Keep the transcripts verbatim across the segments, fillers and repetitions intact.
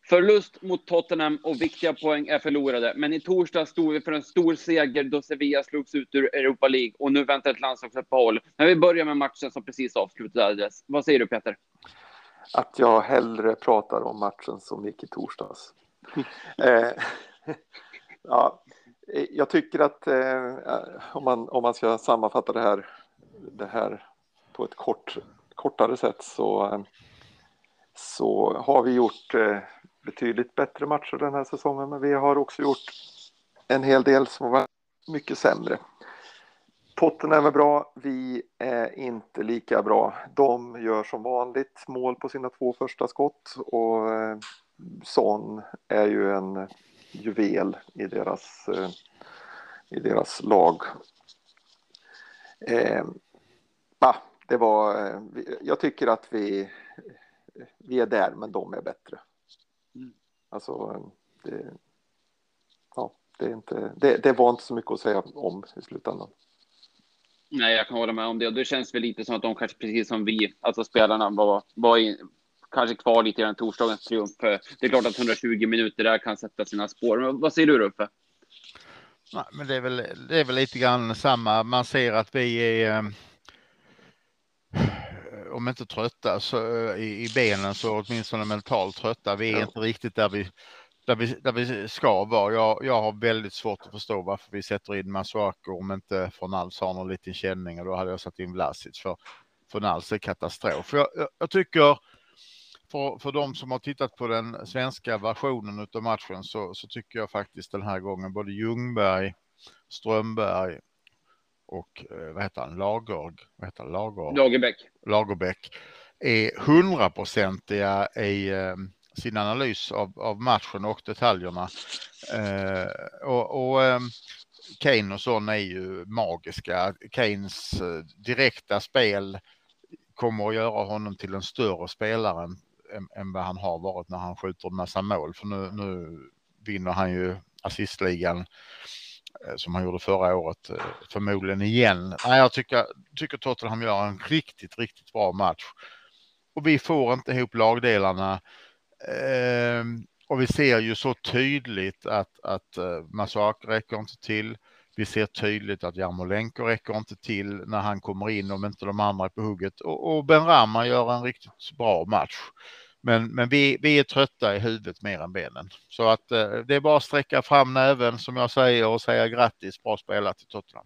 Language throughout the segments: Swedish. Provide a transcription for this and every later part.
Förlust mot Tottenham och viktiga poäng är förlorade. Men i torsdag stod vi för en stor seger då Sevilla slogs ut ur Europa League. Och nu väntar ett landslagsuppehåll. Men vi börjar med matchen som precis avslutades. Vad säger du, Peter? Att jag hellre pratar om matchen som gick i torsdags. eh, ja, jag tycker att eh, om, man, om man ska sammanfatta det här, det här på ett kort, kortare sätt så, så har vi gjort eh, betydligt bättre matcher den här säsongen, men vi har också gjort en hel del som var mycket sämre. Tottenham är bra, vi är inte lika bra. De gör som vanligt mål på sina två första skott och eh, Son är ju en juvel i deras, eh, i deras lag. Eh, bah, det var, eh, jag tycker att vi, vi är där, men de är bättre. Mm. Alltså, det, ja, det, är inte, det, det var inte så mycket att säga om i slutändan. Nej, jag kan hålla med om det. Och det känns väl lite som att de kanske precis som vi, alltså spelarna, var, var i, kanske kvar lite i den torsdagens triumf. Det är klart att hundratjugo minuter där kan sätta sina spår. Men vad säger du, Ruffe? Nej, men det är väl, det är väl lite grann samma. Man ser att vi är, om inte trötta så, i, i benen, så åtminstone mentalt trötta. Vi är ja. inte riktigt där vi, där vi, där vi ska vara. Jag, jag har väldigt svårt att förstå varför vi sätter in Masuaku om inte Fornals har någon liten känning, och då hade jag satt in Vlasic, för Fornals är katastrof. Jag, jag, jag tycker för, för de som har tittat på den svenska versionen av matchen så, så tycker jag faktiskt den här gången både Ljungberg, Strömberg och vad heter han? Lager, vad heter han? Lager, Lagerbäck. Lagerbäck är hundraprocentiga i eh, sin analys av, av matchen och detaljerna. Eh, och och eh, Kane och sån är ju magiska. Kanes eh, direkta spel kommer att göra honom till en större spelare än, än, än vad han har varit när han skjuter en massa mål. För nu, nu vinner han ju assistligan som han gjorde förra året förmodligen igen. Nej, jag tycker, tycker Tottenham gör en riktigt, riktigt bra match. Och vi får inte ihop lagdelarna. Eh, och vi ser ju så tydligt att, att uh, Masuaku räcker inte till. Vi ser tydligt att Jarmolenko räcker inte till när han kommer in om inte de andra är på hugget. Och, och Benrahma gör en riktigt bra match. Men, men vi, vi är trötta i huvudet mer än benen. Så att eh, det är bara att sträcka fram näven som jag säger och säga grattis, bra spelat till Tottenham.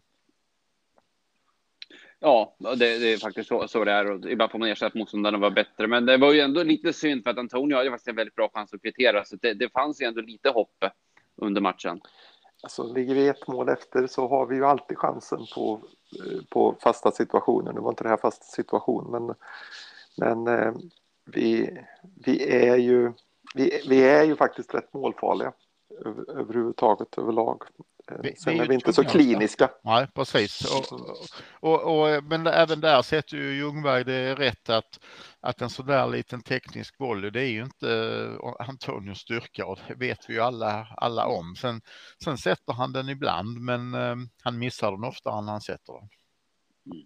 Ja, det, det är faktiskt så, så det är. Och ibland får man ersätta att motståndarna var bättre. Men det var ju ändå lite synd för att Antonio hade faktiskt en väldigt bra chans att kvittera. Så det, det fanns ju ändå lite hopp under matchen. Alltså ligger vi ett mål efter så har vi ju alltid chansen på, på fasta situationer. Nu var inte det här fasta situation, men, men eh, vi, vi, är ju, vi, vi är ju faktiskt rätt målfarliga över, överhuvudtaget överlag. Vi, Sen vi är, är vi inte så kliniska. Nej, precis. Och, och, och, men även där sätter ju Ljungberg det rätt att, att en sådär liten teknisk volley, det är ju inte Antonios styrka, och det vet vi ju alla, alla om. Sen, sen sätter han den ibland, men eh, han missar den ofta när han sätter den. Mm.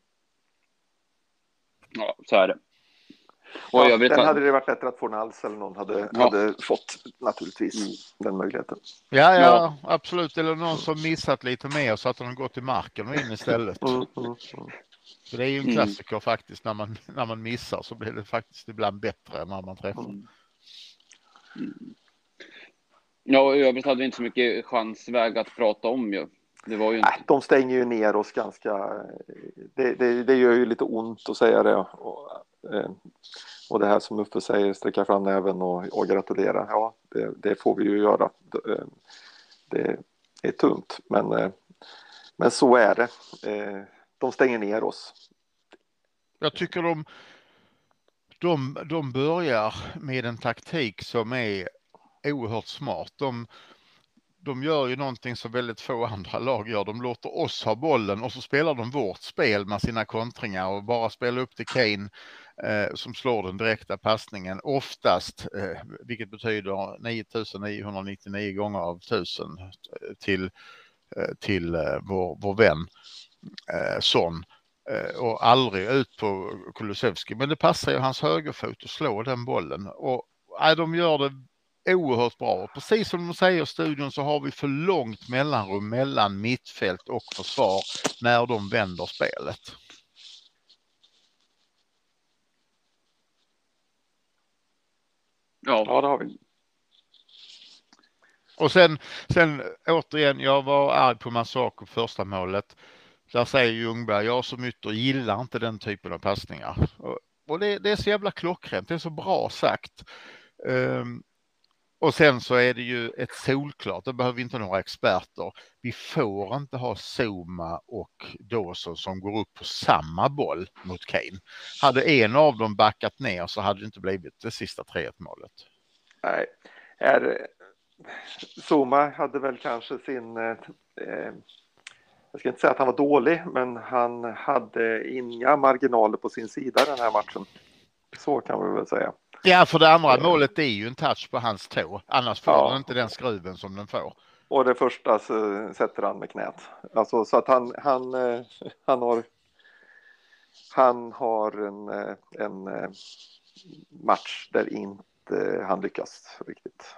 Ja, så är det. Och ja, den hade det varit bättre att Fornals eller någon hade, ja. hade fått naturligtvis mm. den möjligheten. Ja, ja, ja, absolut. Eller någon som missat lite mer så att de gått i marken och in istället. Mm, mm, mm. Så det är ju en klassiker mm. faktiskt. När man, när man missar så blir det faktiskt ibland bättre än när man träffar. Mm. Mm. Ja, i övrigt hade vi inte så mycket chansväg att prata om ju. Det var ju inte... Nej, de stänger ju ner oss ganska... Det, det, det gör ju lite ont att säga det. Och, eh, och det här som Uffe säger, sträcka fram näven och, och gratulera. Ja, det, det får vi ju göra. Det, det är tungt, men, men så är det. De stänger ner oss. Jag tycker de, de, de börjar med en taktik som är oerhört smart. De, de gör ju någonting som väldigt få andra lag gör. De låter oss ha bollen och så spelar de vårt spel med sina kontringar och bara spelar upp till Kane eh, som slår den direkta passningen oftast, eh, vilket betyder nio tusen niohundranittionio gånger av tusen till, eh, till eh, vår, vår vän eh, Son. Eh, och aldrig ut på Kulusevski. Men det passar ju hans högerfot att slå den bollen. Och nej, de gör det oerhört bra. Och precis som de säger i studion så har vi för långt mellanrum mellan mittfält och försvar när de vänder spelet. Ja, Ja, det har vi. Och sen, sen återigen, jag var arg på Masako första målet. Där säger Ljungberg, jag som ytter gillar inte den typen av passningar. Och, och det, det är så jävla klockrent, det är så bra sagt. Um, och sen så är det ju ett solklart, det behöver inte några experter. Vi får inte ha Zuma och Dawson som går upp på samma boll mot Kane. Hade en av dem backat ner så hade det inte blivit det sista tre ett målet. Nej, är, Zuma hade väl kanske sin... Eh, jag ska inte säga att han var dålig, men han hade inga marginaler på sin sida den här matchen. Så kan vi väl säga. Ja, för det andra målet är ju en touch på hans tå. Annars får Ja. den inte den skruven som den får. Och det första så sätter han med knät. Alltså, så att han, han, han har, han har en, en match där inte han lyckas riktigt.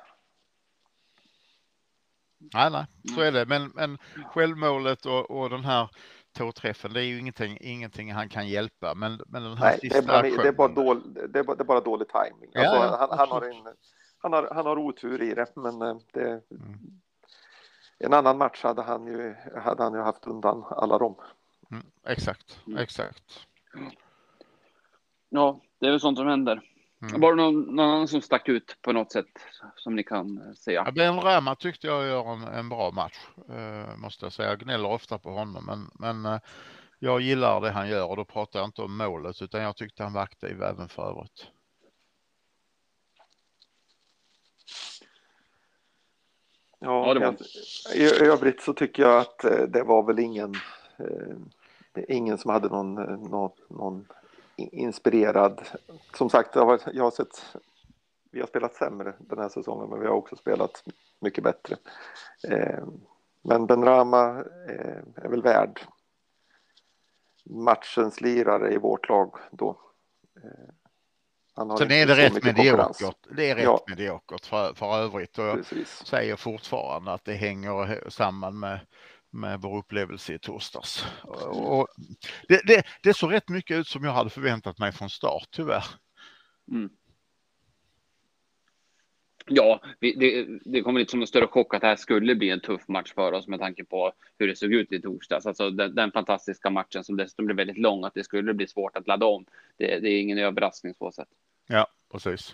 Nej, nej, så är det. Men, men självmålet och, och den här tåträffen, det är ju ingenting, ingenting han kan hjälpa. Men, men den här Nej, det är, bara, det, är bara dålig, det, är bara, det är bara dålig timing. Alltså, ja, ja, han, han, har en, han, har, han har otur i det, men det, mm. en annan match hade han ju, hade han ju haft undan alla dem. Mm, exakt, exakt. Ja, det är väl sånt som händer. Mm. Var det någon, någon annan som stack ut på något sätt som ni kan säga? Ja, Benrahma tyckte jag gör en, en bra match, eh, måste jag säga. Jag gnäller ofta på honom, men, men eh, jag gillar det han gör och då pratar jag inte om målet utan jag tyckte han var aktiv även för övrigt. Ja, ja var... i övrigt så tycker jag att det var väl ingen, eh, ingen som hade någon, någon, någon inspirerad. Som sagt, jag har, jag har sett, vi har spelat sämre den här säsongen, men vi har också spelat mycket bättre. Eh, men Benrahma eh, är väl värd matchens lirare i vårt lag då. Eh, han har Sen är det rätt mediokert. Det är rätt ja. mediokert för, för övrigt. Och jag Precis. säger fortfarande att det hänger samman med med vår upplevelse i torsdags. Och det, det, det såg rätt mycket ut som jag hade förväntat mig från start, tyvärr. Mm. Ja, vi, det, det kommer lite som en större chock att det här skulle bli en tuff match för oss med tanke på hur det såg ut i torsdags. Alltså den, den fantastiska matchen som dessutom blev väldigt lång, att det skulle bli svårt att ladda om. Det, det är ingen överraskning på sätt. Ja, precis.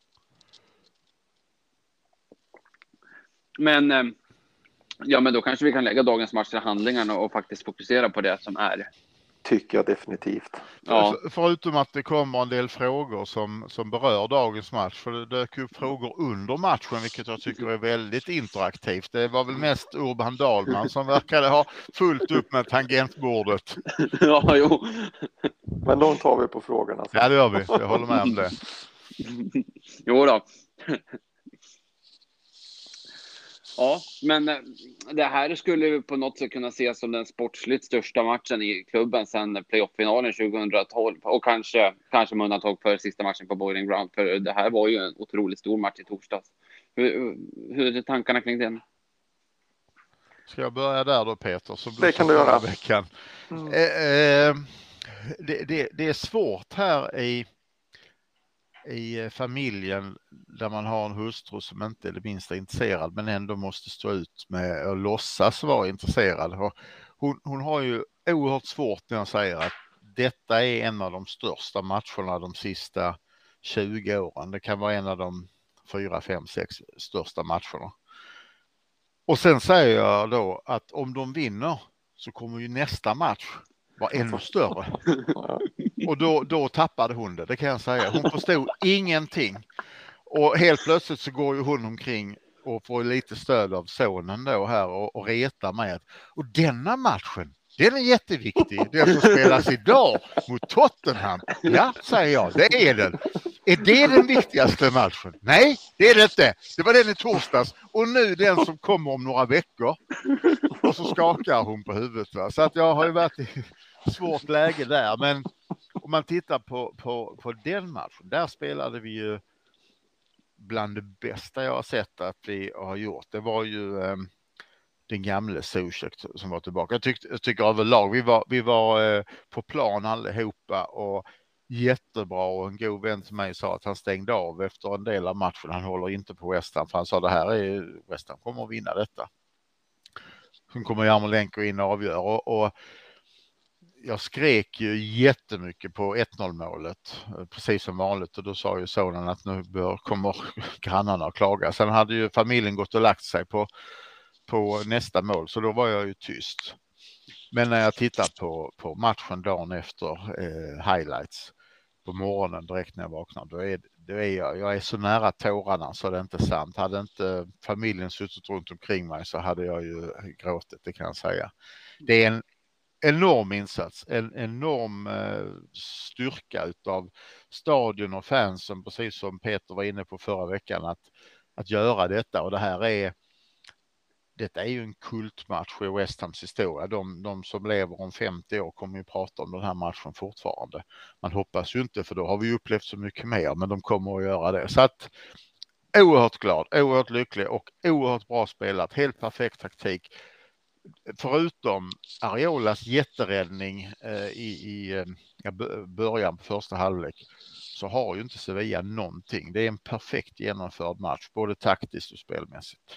Men... Ja, men då kanske vi kan lägga dagens match till handlingarna och faktiskt fokusera på det som är. Tycker jag definitivt. Ja. För, förutom att det kommer en del frågor som, som berör dagens match. För det dök upp frågor under matchen, vilket jag tycker är väldigt interaktivt. Det var väl mest Urban Dahlman som verkade ha fullt upp med tangentbordet. Ja, jo. Men de tar vi på frågorna. Ja, det gör vi. Jag håller med om det. Jo då. Ja, men det här skulle på något sätt kunna ses som den sportsligt största matchen i klubben sedan playoff-finalen tjugohundratolv och kanske, kanske med undantag för sista matchen på Boiling Ground, för det här var ju en otroligt stor match i torsdags. Hur, hur är tankarna kring den? Ska jag börja där då, Peter? Så det kan du göra. Veckan. Mm. Eh, eh, det, det, det är svårt här i i familjen där man har en hustru som inte är det minsta intresserad men ändå måste stå ut med att låtsas vara intresserad. Hon, hon har ju oerhört svårt när jag säger att detta är en av de största matcherna de sista tjugo åren. Det kan vara en av de fyra, fem, sex största matcherna. Och sen säger jag då att om de vinner så kommer ju nästa match var ännu större. Och då, då tappade hon det, det kan jag säga. Hon förstod ingenting. Och helt plötsligt så går ju hon omkring och får lite stöd av sonen då här och, och retar med. Och denna matchen, den är jätteviktig. Den som spelas idag mot Tottenham. Ja, säger jag, det är den. Är det den viktigaste matchen? Nej, det är det inte. Det var den i torsdags. Och nu den som kommer om några veckor. Och så skakar hon på huvudet. Va? Så att jag har ju varit i svårt läge där. Men om man tittar på, på, på den matchen, där spelade vi ju bland det bästa jag har sett att vi har gjort. Det var ju eh, den gamla Zuzek som var tillbaka. Jag, tyckte, jag tycker överlag vi var, vi var eh, på plan allihopa och jättebra, och en god vän till mig sa att han stängde av efter en del av matchen. Han håller inte på West Ham, för han sa det här är West Ham kommer att vinna detta. Sen kommer Jarmolenko in och avgör, och, och jag skrek ju jättemycket på ett noll målet, precis som vanligt, och då sa ju sonen att nu bör, kommer grannarna att klaga. Sen hade ju familjen gått och lagt sig på, på nästa mål, så då var jag ju tyst. Men när jag tittar på, på matchen dagen efter, eh, highlights på morgonen direkt när jag vaknar, då är, då är jag, jag är så nära tårarna så det är inte sant. Hade inte familjen suttit runt omkring mig så hade jag ju gråtit, det kan jag säga. Det är en enorm insats, en enorm eh, styrka utav stadion och fansen, precis som Peter var inne på förra veckan, att, att göra detta. Och det här är detta är ju en kultmatch i West Hams historia. De, de som lever om femtio år kommer ju prata om den här matchen fortfarande. Man hoppas ju inte, för då har vi upplevt så mycket mer, men de kommer att göra det. Så att oerhört glad, oerhört lycklig och oerhört bra spelat. Helt perfekt taktik. Förutom Areolas jätteräddning eh, i, i eh, början på första halvlek, så har ju inte Sevilla någonting. Det är en perfekt genomförd match, både taktiskt och spelmässigt.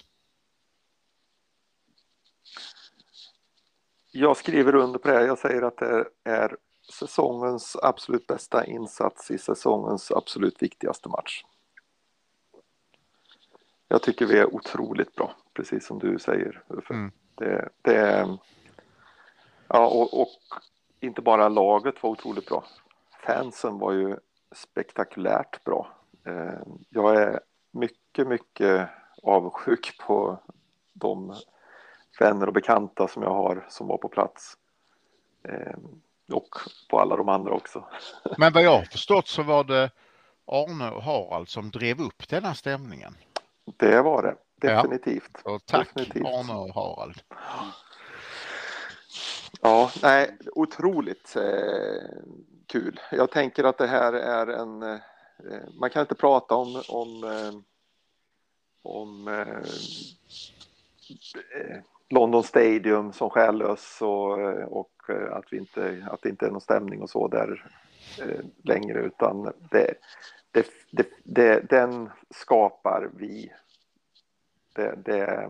Jag skriver under på det här. Jag säger att det är säsongens absolut bästa insats i säsongens absolut viktigaste match. Jag tycker vi är otroligt bra, precis som du säger. Mm. Det, det, ja, och, och inte bara laget var otroligt bra. Fansen var ju spektakulärt bra. Jag är mycket, mycket avundsjuk på de vänner och bekanta som jag har som var på plats. Och på alla de andra också. Men vad jag har förstått så var det Arne och Harald som drev upp den här stämningen. Det var det, definitivt. Ja. Och tack definitivt. Arne och Harald. Ja, nej, otroligt eh, kul. Jag tänker att det här är en... Eh, man kan inte prata om... om, eh, om eh, London Stadium som själlös och, och att, vi inte, att det inte är någon stämning och så där eh, längre, utan det, det, det, det, den skapar vi. Det, det,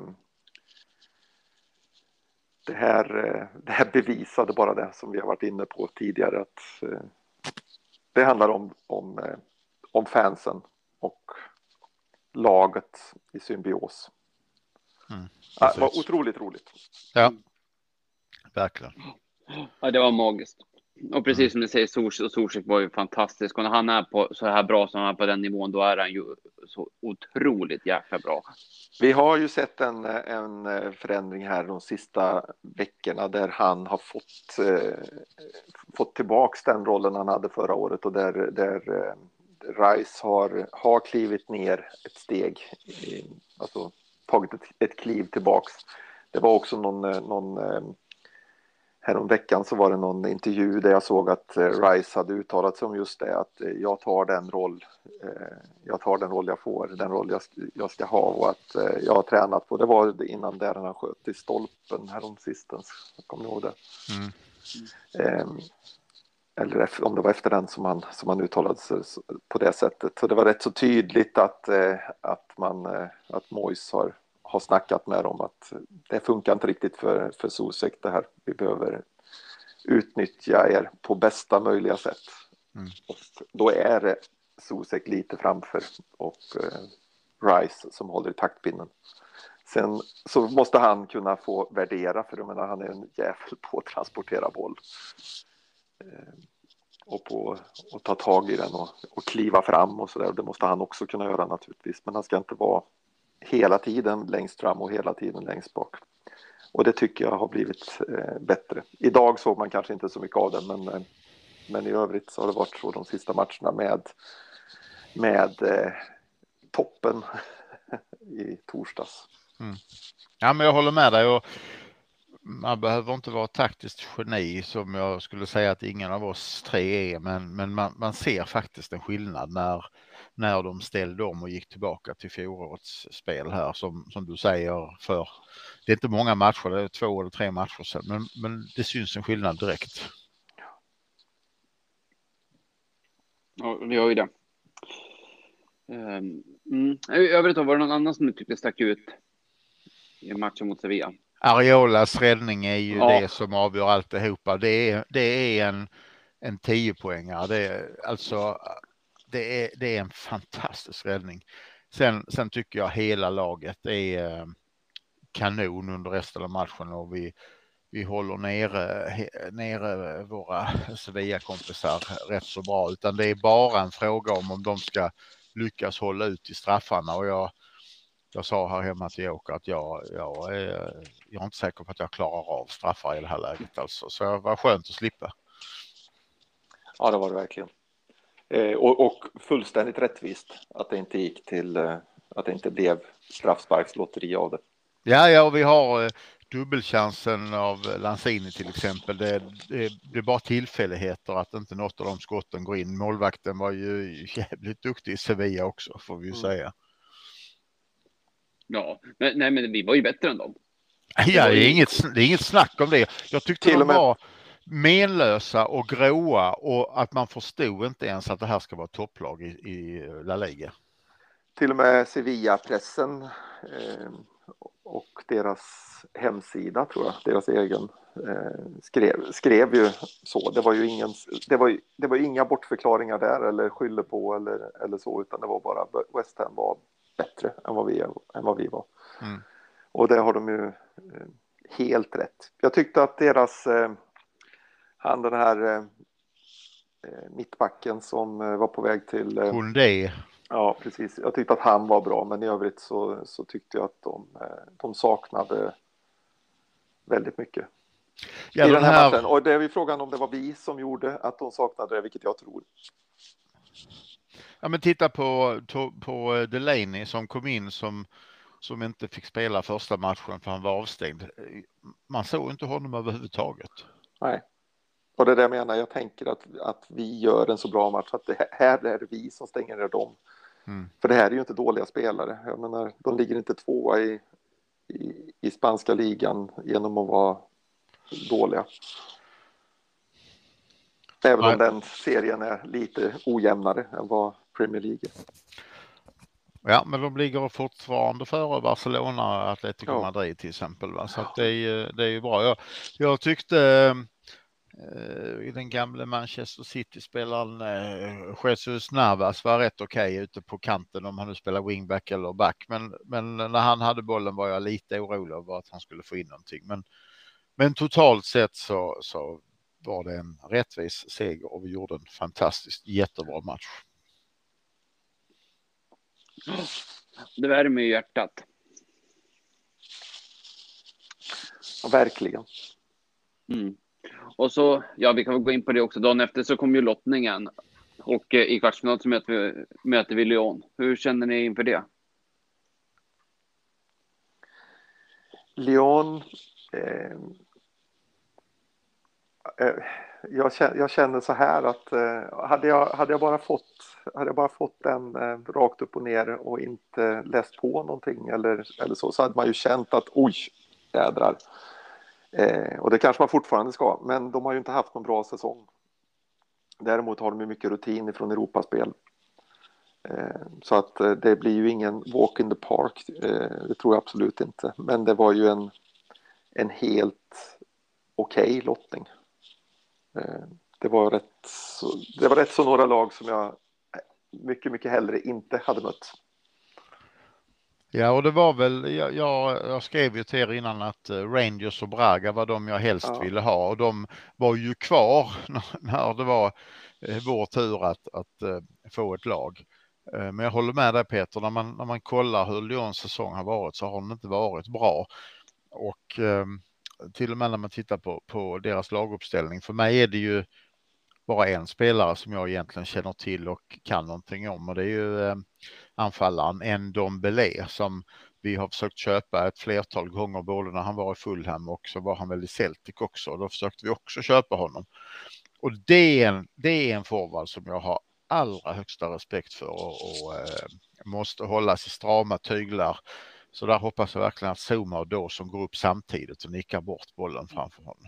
det, här, det här bevisade bara det som vi har varit inne på tidigare, att eh, det handlar om, om, eh, om fansen och laget i symbios. Mm, ja, det var otroligt roligt. Ja, verkligen. Ja, det var magiskt. Och precis mm. som du säger, Zuzek, Zuzek var ju fantastisk. Och när han är på så här bra som han är på den nivån, då är han ju så otroligt jäkla bra. Vi har ju sett en, en förändring här de sista veckorna där han har fått, eh, fått tillbaks den rollen han hade förra året, och där, där eh, Rice har, har klivit ner ett steg, i, alltså tagit ett, ett kliv tillbaks. Det var också någon, någon härom veckan så var det någon intervju där jag såg att Rice hade uttalat sig om just det, att jag tar den roll jag tar den roll jag får, den roll jag, jag ska ha, och att jag har tränat på, det var det innan där han sköt i stolpen härom sistens, kommer ni ihåg det? Mm. Mm. Eller om det var efter den som han, som han uttalade sig på det sättet. Så det var rätt så tydligt att, att, man, att Moyes har, har snackat med dem att det funkar inte riktigt för, för Zuzek det här. Vi behöver utnyttja er på bästa möjliga sätt. Mm. Och då är det Zuzek lite framför och eh, Rice som håller i taktpinnen. Sen så måste han kunna få värdera, för jag menar, han är en jävel på att transportera boll. Och på och ta tag i den och, och kliva fram och sådär. Det måste han också kunna göra naturligtvis. Men han ska inte vara hela tiden längst fram och hela tiden längst bak. Och det tycker jag har blivit eh, bättre. Idag såg man kanske inte så mycket av den, men, eh, men i övrigt så har det varit så de sista matcherna med, med eh, toppen i torsdags. Mm. Ja, men jag håller med dig, och man behöver inte vara taktiskt geni som jag skulle säga att ingen av oss tre är, men, men man, man ser faktiskt en skillnad när, när de ställde om och gick tillbaka till fjolårets spel här som, som du säger, för det är inte många matcher, det är två eller tre matcher sedan, men, men det syns en skillnad direkt. Ja, vi har ju det. Mm. Jag vet inte, var det någon annan som du tyckte stack ut i matchen mot Sevilla? Ariolas räddning är ju ja. det som avgör alltihopa. Det är, det är en, en tio poängare. Det är, alltså, det är, det är en fantastisk räddning. Sen, sen tycker jag hela laget är kanon under resten av matchen och vi, vi håller nere, nere våra Sevilla-kompisar rätt så bra. Utan det är bara en fråga om om de ska lyckas hålla ut i straffarna och jag Jag sa här hemma till Joker att jag, jag, är, jag är inte säker på att jag klarar av straffar i det här läget. Alltså. Så det var skönt att slippa. Ja, det var det verkligen. Eh, och, och fullständigt rättvist att det inte gick till, eh, att det inte blev straffsparkslotteri av det. Ja, ja, vi har eh, dubbelchansen av Lanzini till exempel. Det, det, det är bara tillfälligheter att inte något av de skotten går in. Målvakten var ju jävligt duktig i Sevilla också, får vi ju mm. säga. Ja, men, nej, men vi var ju bättre än dem. Ja, det är, inget, det är inget snack om det. Jag tyckte till de var menlösa och gråa och att man förstod inte ens att det här ska vara topplag i, i La Liga. Till och med Sevilla-pressen eh, och deras hemsida, tror jag, deras egen, eh, skrev, skrev ju så. Det var ju, ingen, det var, det var inga bortförklaringar där eller skyller på eller, eller så, utan det var bara West Ham var bättre än vad vi, än vad vi var. Mm. Och det har de ju eh, helt rätt. Jag tyckte att deras eh, han den här eh, mittbacken som eh, var på väg till eh, Koundé. Ja, precis. Jag tyckte att han var bra, men i övrigt så, så tyckte jag att de, de saknade väldigt mycket ja, i den här, här matchen. Och det är ju frågan om det var vi som gjorde att de saknade det, vilket jag tror. Ja, men titta på, på Delaney som kom in som, som inte fick spela första matchen för han var avstängd. Man såg inte honom överhuvudtaget. Nej. Och det är det jag menar, jag tänker att, att vi gör en så bra match att det här är det vi som stänger ner dem. Mm. För det här är ju inte dåliga spelare. Jag menar, de ligger inte tvåa i, i, i spanska ligan genom att vara dåliga. Även Nej. om den serien är lite ojämnare än vad Premier League är. Ja, men de ligger fortfarande före Barcelona och Atletico ja. Madrid till exempel. Va? Så att det är ju det är ju bra. Jag, jag tyckte i den gamla Manchester City-spelaren eh, Jesus Navas var rätt okej okay ute på kanten om han nu spelar wingback eller back. Men, men när han hade bollen var jag lite orolig över att han skulle få in någonting. Men, men totalt sett så, så var det en rättvis seger och vi gjorde en fantastiskt jättebra match. Det värmer i hjärtat. Ja, verkligen. Mm. Och så, ja vi kan väl gå in på det också. Dagen efter så kom ju lottningen. Och eh, i kvartsfinal så möter vi, möter vi Lyon. Hur känner ni inför det? Lyon... Eh, eh, jag, känner, jag känner så här att eh, hade, jag, hade, jag bara fått, hade jag bara fått den eh, rakt upp och ner och inte läst på någonting eller, eller så, så hade man ju känt att oj, jädrar. Eh, och det kanske man fortfarande ska, men de har ju inte haft någon bra säsong. Däremot har de ju mycket rutin från Europaspel. Eh, så att eh, det blir ju ingen walk in the park, eh, det tror jag absolut inte. Men det var ju en, en helt okej okay lottning. Eh, det, var rätt så, det var rätt så några lag som jag mycket, mycket hellre inte hade mött. Ja, och det var väl, jag, jag, jag skrev ju till er innan att Rangers och Braga var de jag helst ja. ville ha och de var ju kvar när, när det var eh, vår tur att, att eh, få ett lag. Eh, men jag håller med dig Peter, när man, när man kollar hur Lyons säsong har varit så har den inte varit bra. Och eh, till och med när man tittar på, på deras laguppställning, för mig är det ju bara en spelare som jag egentligen känner till och kan någonting om och det är ju eh, anfallaren Ndombele som vi har försökt köpa ett flertal gånger, både när han var i Fulham och så var han väl i Celtic också. Och då försökte vi också köpa honom. Och det är en, det är en forward som jag har allra högsta respekt för och, och eh, måste hållas i strama tyglar. Så där hoppas jag verkligen att Zuma och då som går upp samtidigt och nickar bort bollen framför honom.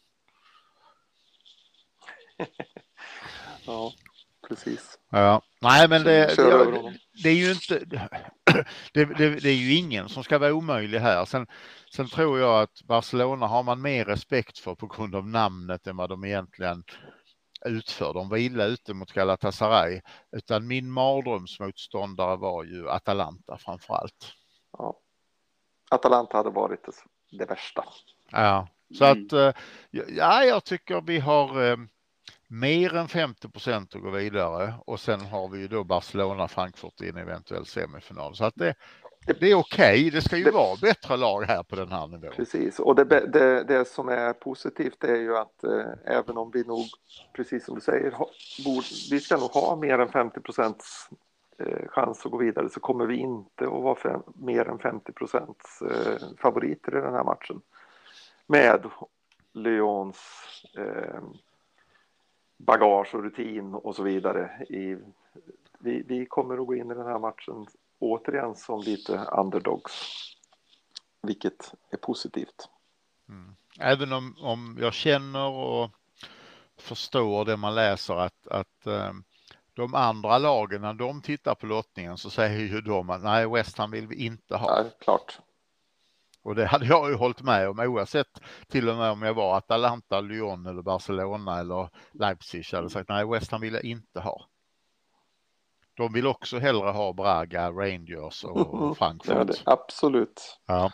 Ja, precis. Ja, nej men det, det, det, det är ju inte det, det, det är ju ingen som ska vara omöjlig här. Sen, sen tror jag att Barcelona har man mer respekt för på grund av namnet än vad de egentligen utför. De var illa ute mot Galatasaray, utan min mardrömsmotståndare var ju Atalanta framförallt. Ja. Atalanta hade varit det, det värsta. Ja, så mm. att ja, jag tycker vi har eh, mer än femtio procent att gå vidare och sen har vi ju då Barcelona Frankfurt i en eventuell semifinal. Så att det, det är okej. Okay. Det ska ju det, vara bättre lag här på den här nivån. Precis, och det, det, det som är positivt är ju att eh, även om vi nog, precis som du säger, ha, bord, vi ska nog ha mer än femtio procents eh, chans att gå vidare, så kommer vi inte att vara fem, mer än femtio procents eh, favoriter i den här matchen. Med Lyons eh, bagage och rutin och så vidare. I, vi, vi kommer att gå in i den här matchen återigen som lite underdogs, vilket är positivt. Mm. Även om, om jag känner och förstår det man läser att, att um, de andra lagen, när de tittar på lottningen så säger ju de att nej, West Ham vill vi inte ha. Ja, klart. Och det hade jag ju hållit med om, oavsett till och med om jag var Atalanta, Lyon eller Barcelona eller Leipzig hade sagt nej, West Ham vill jag inte ha. De vill också hellre ha Braga, Rangers och Frankfurt. Ja, det, absolut. Ja.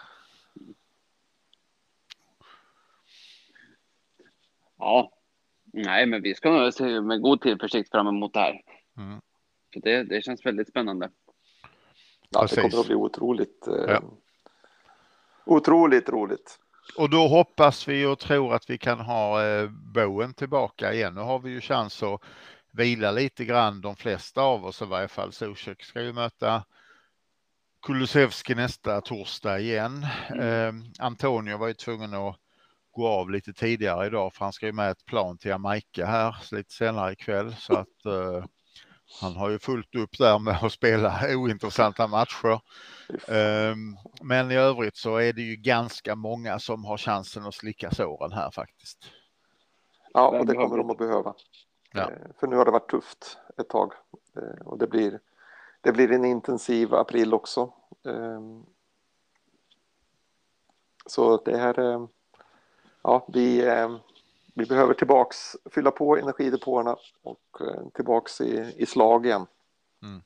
Ja, nej men vi ska nog se med god tillförsikt fram emot det här. Mm. Så det, det känns väldigt spännande. Ja, det kommer att bli otroligt, eh, ja. otroligt roligt. Och då hoppas vi och tror att vi kan ha eh, Bowen tillbaka igen. Nu har vi ju chans att vila lite grann, de flesta av oss i varje fall. Zuzek ska ju möta Kulusevski nästa torsdag igen. Mm. Eh, Antonio var ju tvungen att gå av lite tidigare idag för han ska ju med ett plan till Jamaica här lite senare ikväll. Så att eh, han har ju fullt upp där med att spela ointressanta matcher. Eh, men i övrigt så är det ju ganska många som har chansen att slicka såren här faktiskt. Ja, och det kommer de att behöva. Ja. För nu har det varit tufft ett tag och det blir, det blir en intensiv april också. Så det här, ja, vi, vi behöver tillbaks, fylla på energidepåerna och tillbaks i, i slag igen. Mm.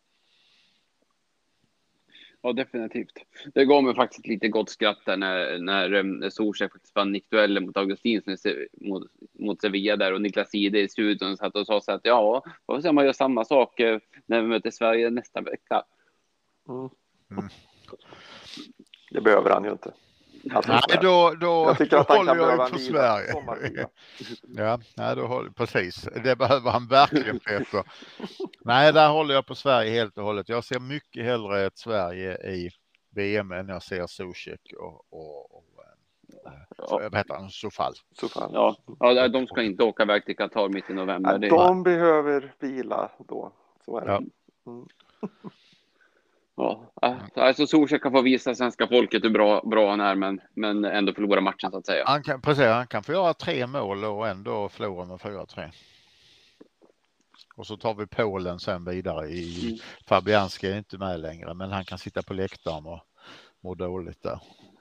Ja, definitivt. Det gav mig faktiskt lite gott skratt där när, när Solskjaer faktiskt vann nickduellen mot Augustin mot, mot Sevilla där och Niklas Ide i studion satt och sa så att ja, vad säger man gör samma sak när vi möter Sverige nästa vecka. Mm. Mm. Det behöver han ju inte. Alltså, nej, då, då, jag tycker att då han kan håller behöva jag på Sverige. Ja, nej, då håller, precis. Det behöver han verkligen, Peter. Nej, där håller jag på Sverige helt och hållet. Jag ser mycket hellre ett Sverige i V M än jag ser Zuzek och, och, och ja. Vad heter han? Sofall. Sofall. Ja. ja, de ska inte åka iväg till Qatar mitt i november. Ja, de det... behöver vila då. Så är det. Ja. Mm. Ja, alltså Solskjaer kan få visa svenska folket hur bra, bra han är, men, men ändå förlora matchen så att säga. Han kan, precis, han kan få göra tre mål och ändå förlora med fyra tre. Och så tar vi Polen sen vidare. I, mm. Fabianski är inte med längre, men han kan sitta på läktaren och må dåligt där.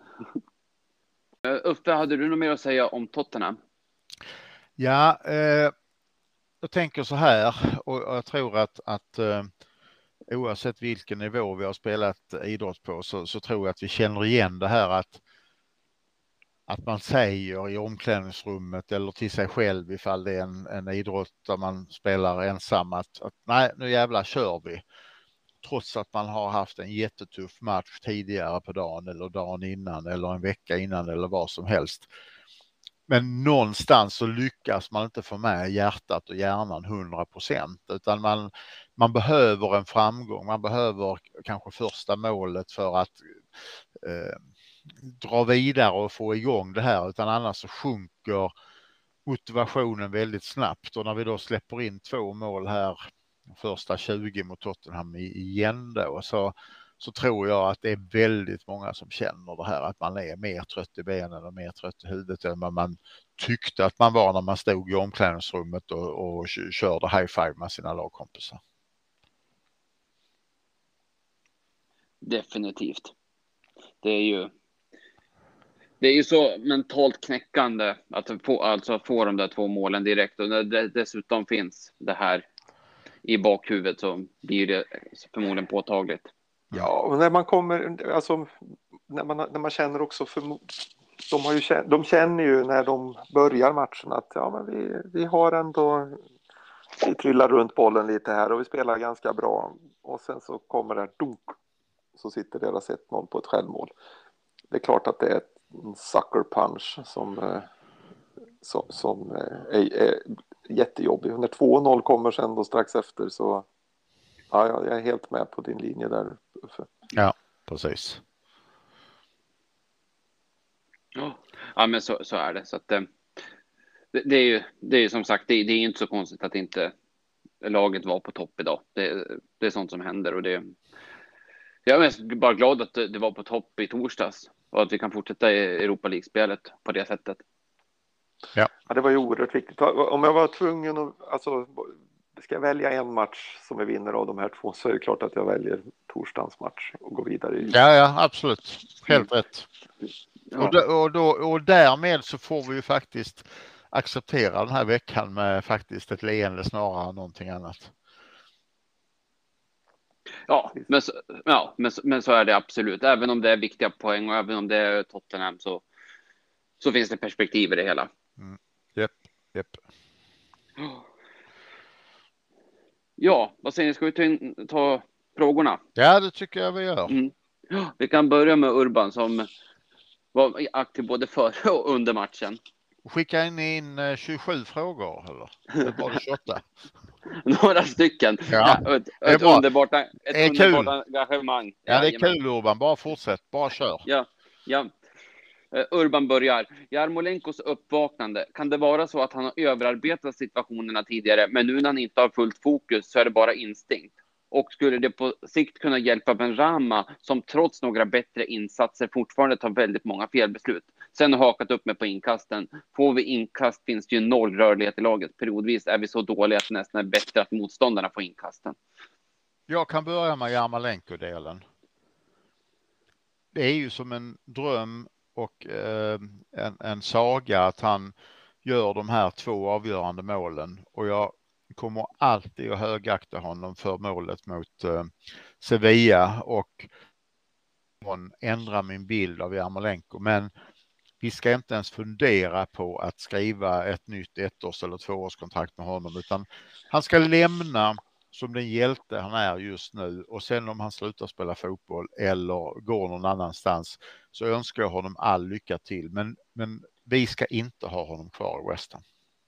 Uffe, hade du något mer att säga om Tottenham? Ja, eh, jag tänker så här och jag tror att, att eh, oavsett vilken nivå vi har spelat idrott på så, så tror jag att vi känner igen det här att, att man säger i omklädningsrummet eller till sig själv ifall det är en, en idrott där man spelar ensam att, att nej, nu jävla kör vi. Trots att man har haft en jättetuff match tidigare på dagen eller dagen innan eller en vecka innan eller vad som helst. men någonstans så lyckas man inte få med hjärtat och hjärnan hundra procent, utan man, man behöver en framgång. Man behöver kanske första målet för att eh, dra vidare och få igång det här, utan annars så sjunker motivationen väldigt snabbt. Och när vi då släpper in två mål här, första tjugo mot Tottenham igen då, så, så tror jag att det är väldigt många som känner det här, att man är mer trött i benen och mer trött i huvudet än vad man tyckte att man var när man stod i omklädningsrummet och, och körde high five med sina lagkompisar. Definitivt. Det är ju det är ju så mentalt knäckande att få, alltså få de där två målen direkt, och när det dessutom finns det här i bakhuvudet så blir det förmodligen påtagligt. Ja, och när man kommer, alltså när man, när man känner också för, de, har ju, de känner ju när de börjar matchen att ja, men vi, vi har ändå, vi trillar runt bollen lite här och vi spelar ganska bra, och sen så kommer det dunk, så sitter deras ett noll på ett självmål. Det är klart att det är en sucker punch som, som, som är, är jättejobbig. Och när två noll kommer sen då strax efter, så ja, jag är helt med på din linje där, Uffe. Ja, precis. Ja, men så, så är det. Så att, det, det är ju det är ju som sagt, det, det är inte så konstigt att inte laget var på topp idag. Det, det är sånt som händer, och det, jag är bara glad att det, det var på topp i torsdags och att vi kan fortsätta i Europa League-spelet på det sättet. Ja. Ja, det var ju oerhört viktigt. Om jag var tvungen att, alltså, ska jag välja en match som vi vinner av de här två, så är det klart att jag väljer torsdagens match och går vidare. I... Ja, ja, absolut. Helt mm. rätt. Ja. Och, då, och, då, och därmed så får vi ju faktiskt acceptera den här veckan med faktiskt ett leende snarare än någonting annat. Ja, men så, ja men, men så är det absolut. Även om det är viktiga poäng och även om det är Tottenham, så, så finns det perspektiv i det hela. Mm. Japp, japp. Ja, vad säger ni? Ska vi ta, in, ta frågorna? Ja, det tycker jag vi gör. Mm. Ja, vi kan börja med Urban som var aktiv både före och under matchen. Skicka in, in tjugosju frågor, eller? Det var det tjugoåtta. Några stycken. Ja, ja, ett ett underbart, ett det är underbart kul. engagemang. Ja, det är kul, Urban. Bara fortsätt. Bara kör. Ja, ja. Uh, Urban börjar. Jarmolenkos uppvaknande. Kan det vara så att han har överarbetat situationerna tidigare, men nu när han inte har fullt fokus så är det bara instinkt? Och skulle det på sikt kunna hjälpa Benrahma, som trots några bättre insatser fortfarande tar väldigt många felbeslut? Sen har hakat upp mig på inkasten. Får vi inkast finns det ju noll rörlighet i laget. Periodvis är vi så dåliga att det nästan är bättre att motståndarna får inkasten. Jag kan börja med Jarmolenko-delen. Det är ju som en dröm och eh, en, en saga att han gör de här två avgörande målen. Och jag kommer alltid att högakta honom för målet mot eh, Sevilla, och ändra min bild av Jarmolenko. Men vi ska inte ens fundera på att skriva ett nytt ettårs- eller tvåårskontrakt med honom, utan han ska lämna som den hjälte han är just nu, och sen om han slutar spela fotboll eller går någon annanstans så önskar jag honom all lycka till. Men, men vi ska inte ha honom kvar i West Ham.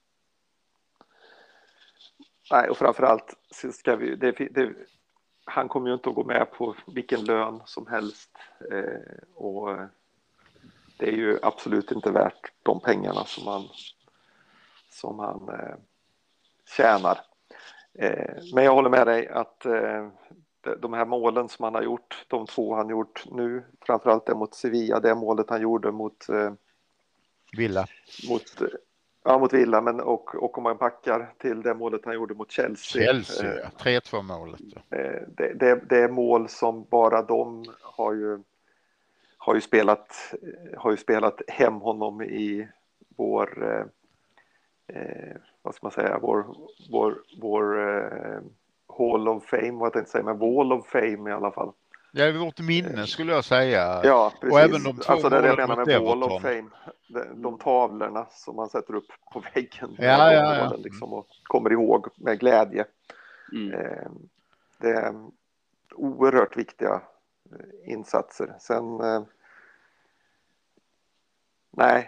Nej, och framförallt så ska vi, det, det, han kommer ju inte att gå med på vilken lön som helst, eh, och det är ju absolut inte värt de pengarna som han, som han eh, tjänar. Eh, men jag håller med dig att eh, de här målen som han har gjort, de två han gjort nu, framförallt det mot Sevilla, det målet han gjorde mot eh, Villa. Mot, ja, mot Villa, men och, och om man backar till det målet han gjorde mot Chelsea. Chelsea, eh, tre två målet. Eh, det, det, det är mål som bara de har ju har ju spelat har ju spelat hem honom i vår eh, vad ska man säga, vår vår vår eh, Hall of Fame, vad jag tänkte säga, men Wall of Fame i alla fall. Ja, det är vårt minne skulle jag säga. Ja, precis. Och även de två alltså det jag menar med Everton. Wall of Fame, de, de tavlorna som man sätter upp på väggen, ja, ja, ja. Målen, liksom, och kommer ihåg med glädje. Mm. Eh, det är oerhört viktiga insatser. Sen eh, nej,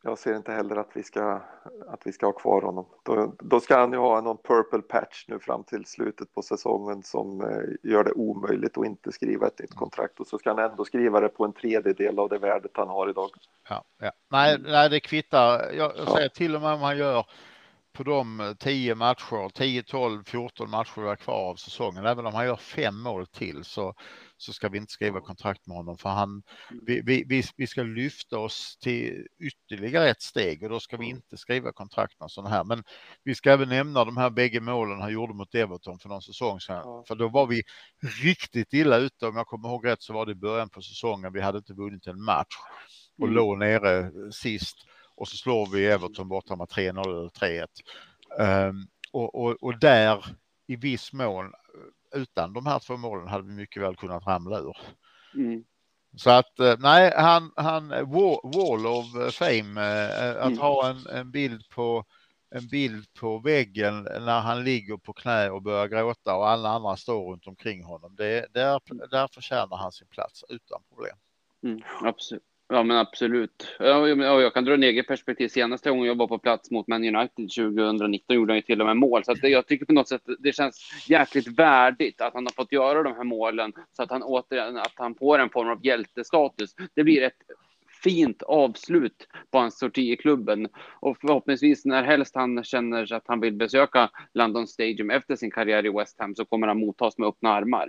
jag ser inte heller att vi ska, att vi ska ha kvar honom. Då, då ska han ju ha någon purple patch nu fram till slutet på säsongen som eh, gör det omöjligt att inte skriva ett nytt kontrakt. Och så ska han ändå skriva det på en tredjedel av det värdet han har idag. Ja, ja. Nej, nej, det kvittar. Jag, jag säger Ja. till och med om han gör på de tio matcher, tio, tolv, fjorton matcher vi har kvar av säsongen. Även om han gör fem mål till så, så ska vi inte skriva kontrakt med honom. För han, vi, vi, vi ska lyfta oss till ytterligare ett steg och då ska vi inte skriva kontrakt med sådana här. Men vi ska även nämna de här bägge målen han gjorde mot Everton för någon säsong sedan. Ja. För då var vi riktigt illa ute. Om jag kommer ihåg rätt så var det i början på säsongen. Vi hade inte vunnit en match och Mm. låg nere sist. Och så slår vi Everton borta med tre noll eller tre ett. Um, och, och, och där i viss mån, utan de här två målen hade vi mycket väl kunnat ramla ur. Mm. Så att nej, han, han wall of fame, att Mm. ha en, en bild på en bild på väggen när han ligger på knä och börjar gråta och alla andra står runt omkring honom. Det, där, där förtjänar han sin plats utan problem. Mm. Absolut. Ja, men absolut. Ja, jag kan dra en egen perspektiv. Senaste gången jag var på plats mot Man United tjugonitton gjorde han ju till och med mål. Så att det, jag tycker på något sätt det känns jäkligt värdigt att han har fått göra de här målen så att han återigen att han får en form av hjältestatus. Det blir ett fint avslut på hans sorti i klubben. Och förhoppningsvis när helst han känner att han vill besöka London Stadium efter sin karriär i West Ham så kommer han mottas med öppna armar.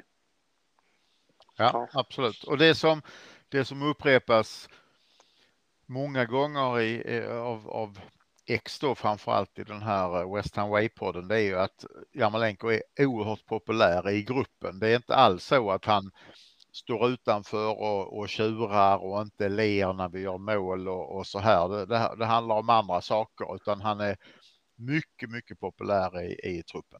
Ja, absolut. Och det som Det som upprepas många gånger i, av, av X då framförallt i den här West Ham Way-podden, det är ju att Jarmolenko är oerhört populär i gruppen. Det är inte alls så att han står utanför och, och tjurar och inte ler när vi gör mål och, och så här. Det, det, det handlar om andra saker utan han är mycket, mycket populär i, i truppen.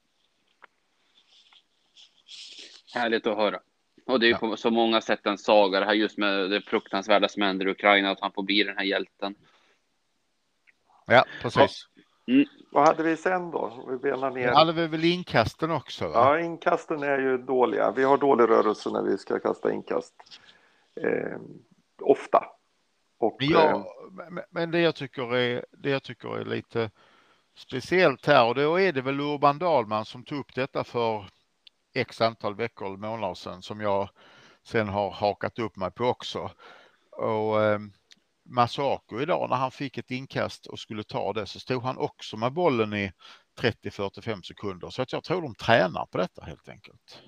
Härligt att höra. Och det är ju på så många sätt en saga det här just med det fruktansvärda som händer i Ukraina att han får bli den här hjälten. Ja, precis. Ja. Mm. Vad hade vi sen då? Vi benar ner. Hade vi väl inkasten också? Va? Ja, inkasten är ju dåliga. Vi har dålig rörelse när vi ska kasta inkast. Eh, ofta. Och, ja, eh, men det jag tycker är det jag tycker är lite speciellt här och då är det väl Urban Dahlman som tog upp detta för x antal veckor eller månader sedan som jag sen har hakat upp mig på också. Och eh, Masuaku idag när han fick ett inkast och skulle ta det så stod han också med bollen i trettio till fyrtiofem sekunder. Så att jag tror de tränar på detta helt enkelt.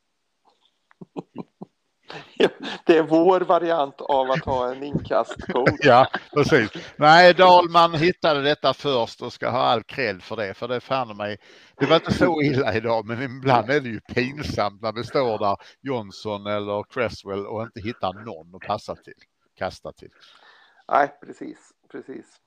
Det är vår variant av att ha en inkastcoach. Ja, precis. Nej, Dahlman hittade detta först och ska ha all cred för det. För det fann mig, det var inte så illa idag, men ibland är det ju pinsamt när det står där Johnson eller Cresswell och inte hittar någon att passa till, kasta till. Nej, precis, precis.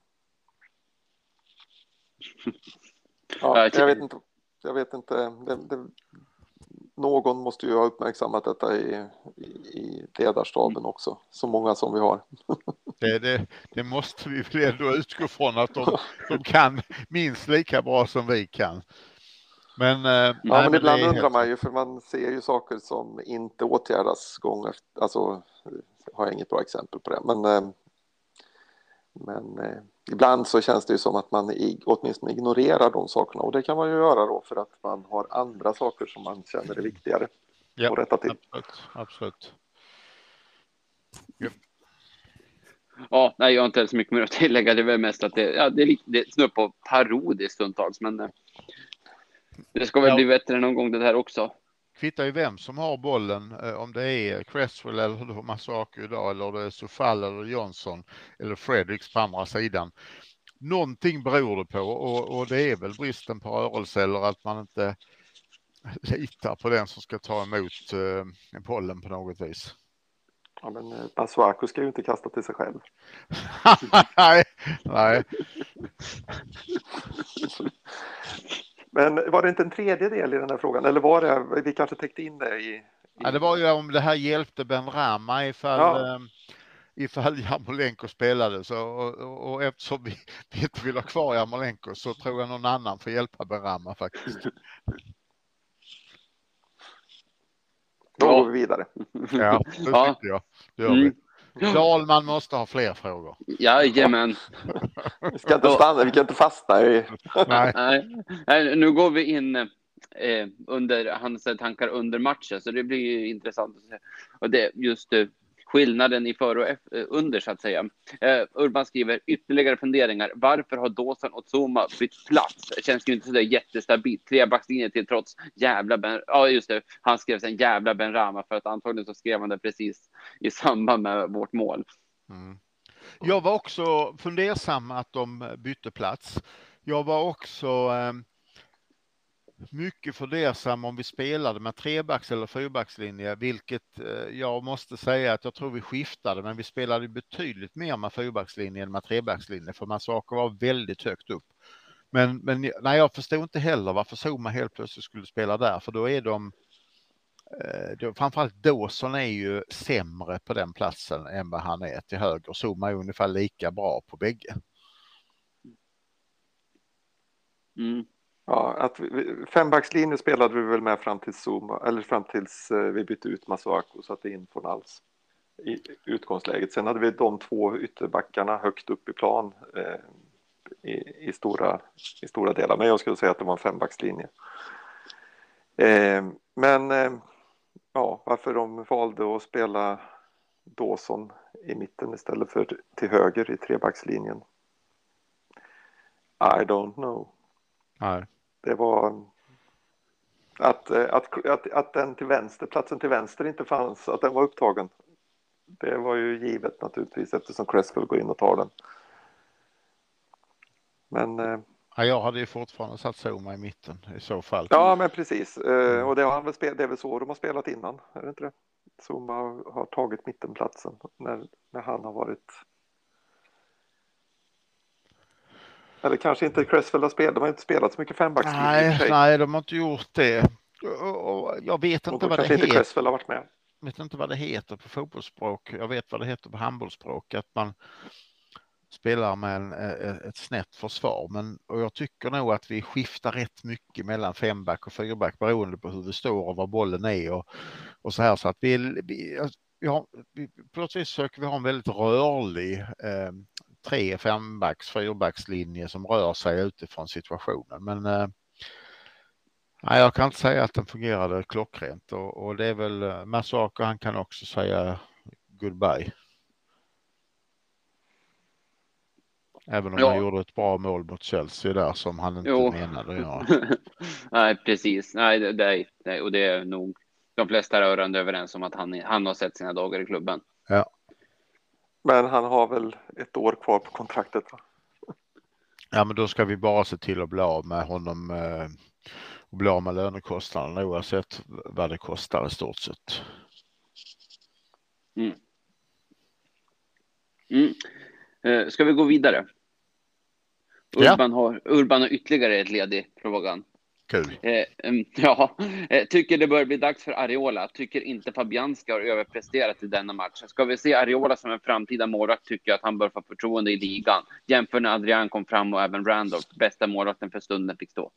Ja, jag vet inte, jag vet inte, det, det, någon måste ju ha uppmärksammat detta i, i, i ledarstaben också, så många som vi har. Det, det, det måste vi väl ändå utgå från att de, de kan minst lika bra som vi kan. Men, ja, nej, men ibland undrar man ju, för man ser ju saker som inte åtgärdas gång efter, alltså har jag inget bra exempel på det, men men eh, ibland så känns det ju som att man i, åtminstone ignorerar de sakerna och det kan man ju göra då för att man har andra saker som man känner är viktigare ja, att rätta till. Absolut, absolut. Yep. Ja, nej, jag har inte så mycket mer att tillägga. Det är väl mest att det, ja, det är lite det är snudd på parodiskt stundtals, men eh, det ska väl ja. bli bättre någon gång det här också. Kvittar ju vem som har bollen, om det är Cresswell eller Masuaku idag eller det är Sofall eller Johnson eller Fredericks på andra sidan. Någonting beror det på och, och det är väl bristen på rörelse eller att man inte litar på den som ska ta emot uh, bollen på något vis. Ja, men Masuaku ska ju inte kasta till sig själv. nej, nej. Men var det inte en tredje del i den här frågan? Eller var det, vi kanske täckte in det i... i... Ja, det var ju om det här hjälpte Benrahma ifall, ja. um, ifall Jarmolenko spelade. Så, och, och, och eftersom vi, vi inte vill ha kvar Jarmolenko så tror jag någon annan får hjälpa Benrahma faktiskt. Då går vi vidare. Ja, det tycker jag. Det gör mm. vi. Dahlman måste ha fler frågor. Jajamän. Vi ska inte stanna, vi kan inte fastna i... Nej. Nej, nu går vi in eh, under hans tankar under matchen, så det blir ju intressant att se. Och det just eh, skillnaden i för och efter, under, så att säga. Eh, Urban skriver ytterligare funderingar. Varför har Dawson och Zuma bytt plats? Det känns ju inte så där jättestabilt. Trebackslinje till trots jävla Ben... Ja, just det. Han skrev sen jävla Ben Rama, för att antagligen så skrev han det precis i samband med vårt mål. Mm. Jag var också fundersam att de bytte plats. Jag var också eh, mycket fundersam om vi spelade med trebacks eller fyrbackslinje, vilket eh, jag måste säga att jag tror vi skiftade, men vi spelade betydligt mer med fyrbackslinje än med trebackslinje, för Masuaku var väldigt högt upp. Men, men nej, jag förstod inte heller varför Zuma helt plötsligt skulle spela där, för då är de Då, framförallt Dawson är ju sämre på den platsen än vad han är till höger. Zuma är ungefär lika bra på bägge. Mm. Ja, att vi, fembackslinje spelade vi väl med fram till Zuma, eller fram tills eh, vi bytte ut Masuaku och satte in från alls i utgångsläget. Sen hade vi de två ytterbackarna högt upp i plan eh, i, i, stora, i stora delar. Men jag skulle säga att det var en fembackslinje. Eh, men eh, ja, varför de valde att spela Dawson i mitten istället för till höger i trebackslinjen, I don't know. Nej. Det var att, att, att, att den till vänster, platsen till vänster inte fanns, att den var upptagen. Det var ju givet naturligtvis, eftersom Cresswell går in och tar den. Men ja, jag hade ju fortfarande satt Zuma i mitten i så fall. Ja, men precis. Mm. Och det, har han väl spelat, det är väl så de har spelat innan, är det inte det? Zuma har tagit mittenplatsen när, när han har varit... Eller kanske inte Cresswell har spelat, de har inte spelat så mycket fembackslinje. Nej, nej, de har inte gjort det. Och, och jag vet inte vad det heter. Inte Cresswell har varit med. Jag vet inte vad det heter på fotbollsspråk. Jag vet vad det heter på handbollsspråk. Att man spelar med en, ett snett försvar. Men, och jag tycker nog att vi skiftar rätt mycket mellan femback och fyrback beroende på hur vi står och var bollen är. Och, och så här, så att vi, vi, vi, har, vi på något vis försöker vi ha en väldigt rörlig eh, tre fembacks fyrbackslinje som rör sig utifrån situationen. Men eh, nej, jag kan inte säga att den fungerade klockrent. Och, och det är väl Masuaku, han kan också säga goodbye. Även om ja. han gjorde ett bra mål mot Chelsea där som han inte jo. menade. Ja. Nej, precis. Nej, det, det, det, och det är nog de flesta rörande överens om att han, han har sett sina dagar i klubben. Ja. Men han har väl ett år kvar på kontraktet, va? Ja, men då ska vi bara se till att bli av med honom eh, och bli av med lönekostnaderna oavsett vad det kostar i stort sett. Mm. Mm. Uh, ska vi gå vidare? Urban, ja. har, Urban har ytterligare ett led i frågan. Kul. Uh, um, ja, uh, tycker det bör bli dags för Areola. Tycker inte Fabianski har överpresterat i denna match. Ska vi se Areola som en framtida målvakt, tycker jag att han bör få förtroende i ligan. Jämför när Adrian kom fram och även Randolph, bästa målvakten för stunden, fick stå.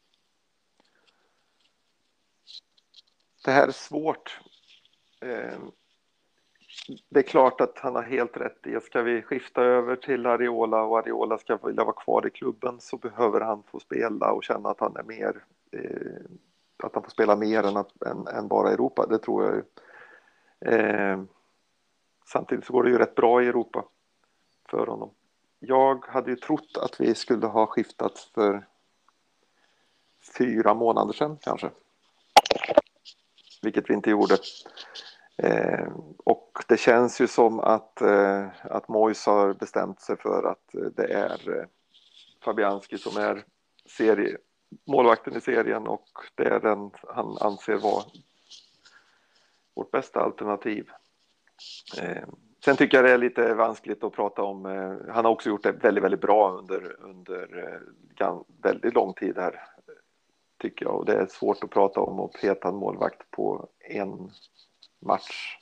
Det här är svårt. Uh... Det är klart att han har helt rätt i. Ska vi skifta över till Areola och Areola ska vilja vara kvar i klubben, så behöver han få spela och känna att han är mer, eh, att han får spela mer än, att, än, än bara Europa. Det tror jag ju. Eh, samtidigt så går det ju rätt bra i Europa för honom. Jag hade ju trott att vi skulle ha skiftat för fyra månader sedan kanske. Vilket vi inte gjorde. Eh, och det känns ju som att, eh, att Moyes har bestämt sig för att det är eh, Fabianski som är serie, målvakten i serien, och det är den han anser vara vårt bästa alternativ. Eh, sen tycker jag det är lite vanskligt att prata om, eh, han har också gjort det väldigt, väldigt bra under, under eh, väldigt lång tid här, tycker jag, och det är svårt att prata om och peta en målvakt på en match.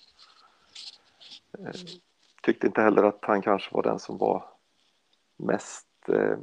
Tyckte inte heller att han kanske var den som var mest eh,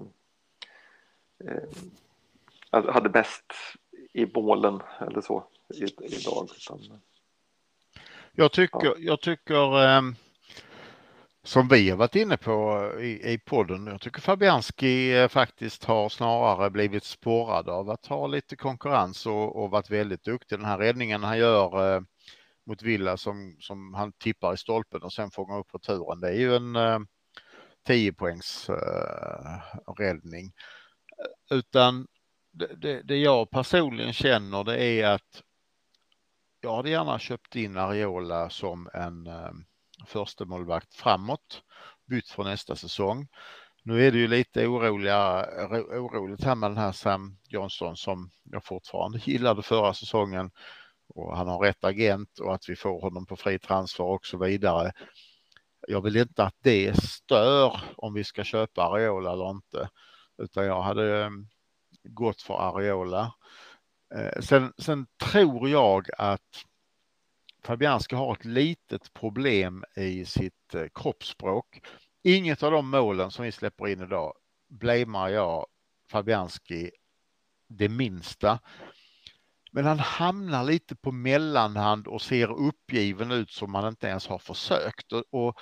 eh, hade bäst i målen eller så i, idag. Utan, jag tycker, ja. jag tycker eh, som vi har varit inne på i, i podden. Jag tycker Fabianski faktiskt har snarare blivit spårad av att ha lite konkurrens och, och varit väldigt duktig. Den här räddningen han gör eh, mot Villa som, som han tippar i stolpen och sen fångar upp returen. Det är ju en eh, tio poängs eh, räddning. Utan det, det, det jag personligen känner det är att jag hade gärna köpt in Areola som en eh, första målvakt framåt, bytt för nästa säsong. Nu är det ju lite oroliga, oroligt här med den här Sam Johnson som jag fortfarande gillade förra säsongen och han har rätt agent och att vi får honom på fri transfer och så vidare. Jag vill inte att det stör om vi ska köpa Areola eller inte, utan jag hade eh, gått för Areola. Eh, sen, sen tror jag att Fabianski har ett litet problem i sitt eh, kroppsspråk. Inget av de målen som vi släpper in idag blamear jag Fabianski det minsta. Men han hamnar lite på mellanhand och ser uppgiven ut som man inte ens har försökt. Och, och,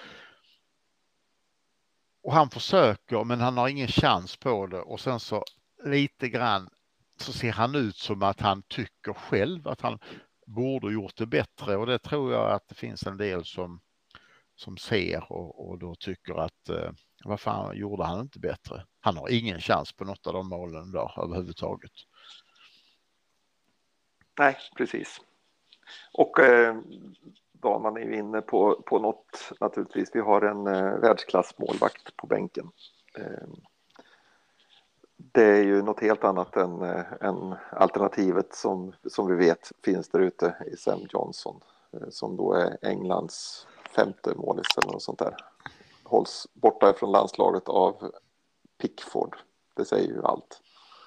och han försöker men han har ingen chans på det. Och sen så lite grann så ser han ut som att han tycker själv att han borde gjort det bättre. Och det tror jag att det finns en del som, som ser och, och då tycker att eh, vad fan gjorde han inte bättre? Han har ingen chans på något av de målen då överhuvudtaget. Nej, precis. Och eh, då man är ju inne på, på något naturligtvis. Vi har en eh, världsklassmålvakt på bänken. Eh, det är ju något helt annat än, eh, än alternativet som, som vi vet finns där ute i Sam Johnson. Eh, som då är Englands femte målis eller något sånt där. Hålls borta från landslaget av Pickford. Det säger ju allt.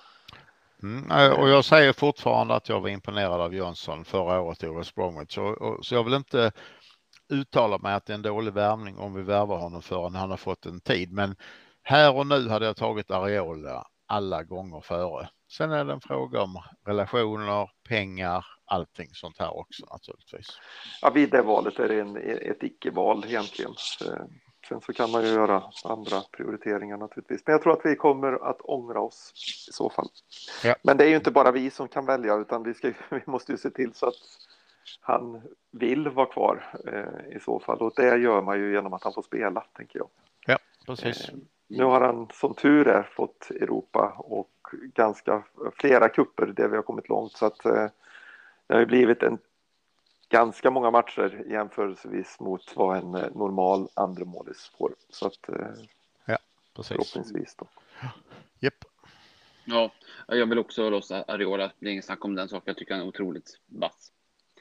Mm, och jag säger fortfarande att jag var imponerad av Johnson förra året i West Bromwich. Så, och, så jag vill inte uttala mig att det är en dålig värvning om vi värvar honom förrän han har fått en tid. Men här och nu hade jag tagit Areola alla gånger före. Sen är det en fråga om relationer, pengar, allting sånt här också naturligtvis. Ja, vid det valet är det en, ett icke-val egentligen. Sen så kan man ju göra andra prioriteringar naturligtvis. Men jag tror att vi kommer att ångra oss i så fall. Ja. Men det är ju inte bara vi som kan välja utan vi, ska, vi måste ju se till så att han vill vara kvar eh, i så fall. Och det gör man ju genom att han får spela, tänker jag. Ja, precis. Eh, nu har han som tur är fått Europa och ganska flera kupper där vi har kommit långt. Så att eh, det har ju blivit en ganska många matcher jämförelsevis mot vad en normal andra målis får. Så att ja, precis. Förhoppningsvis då. Japp. Ja, jag vill också lossa Areola. Det är ingen snack om den saken. Jag tycker han är otroligt vass.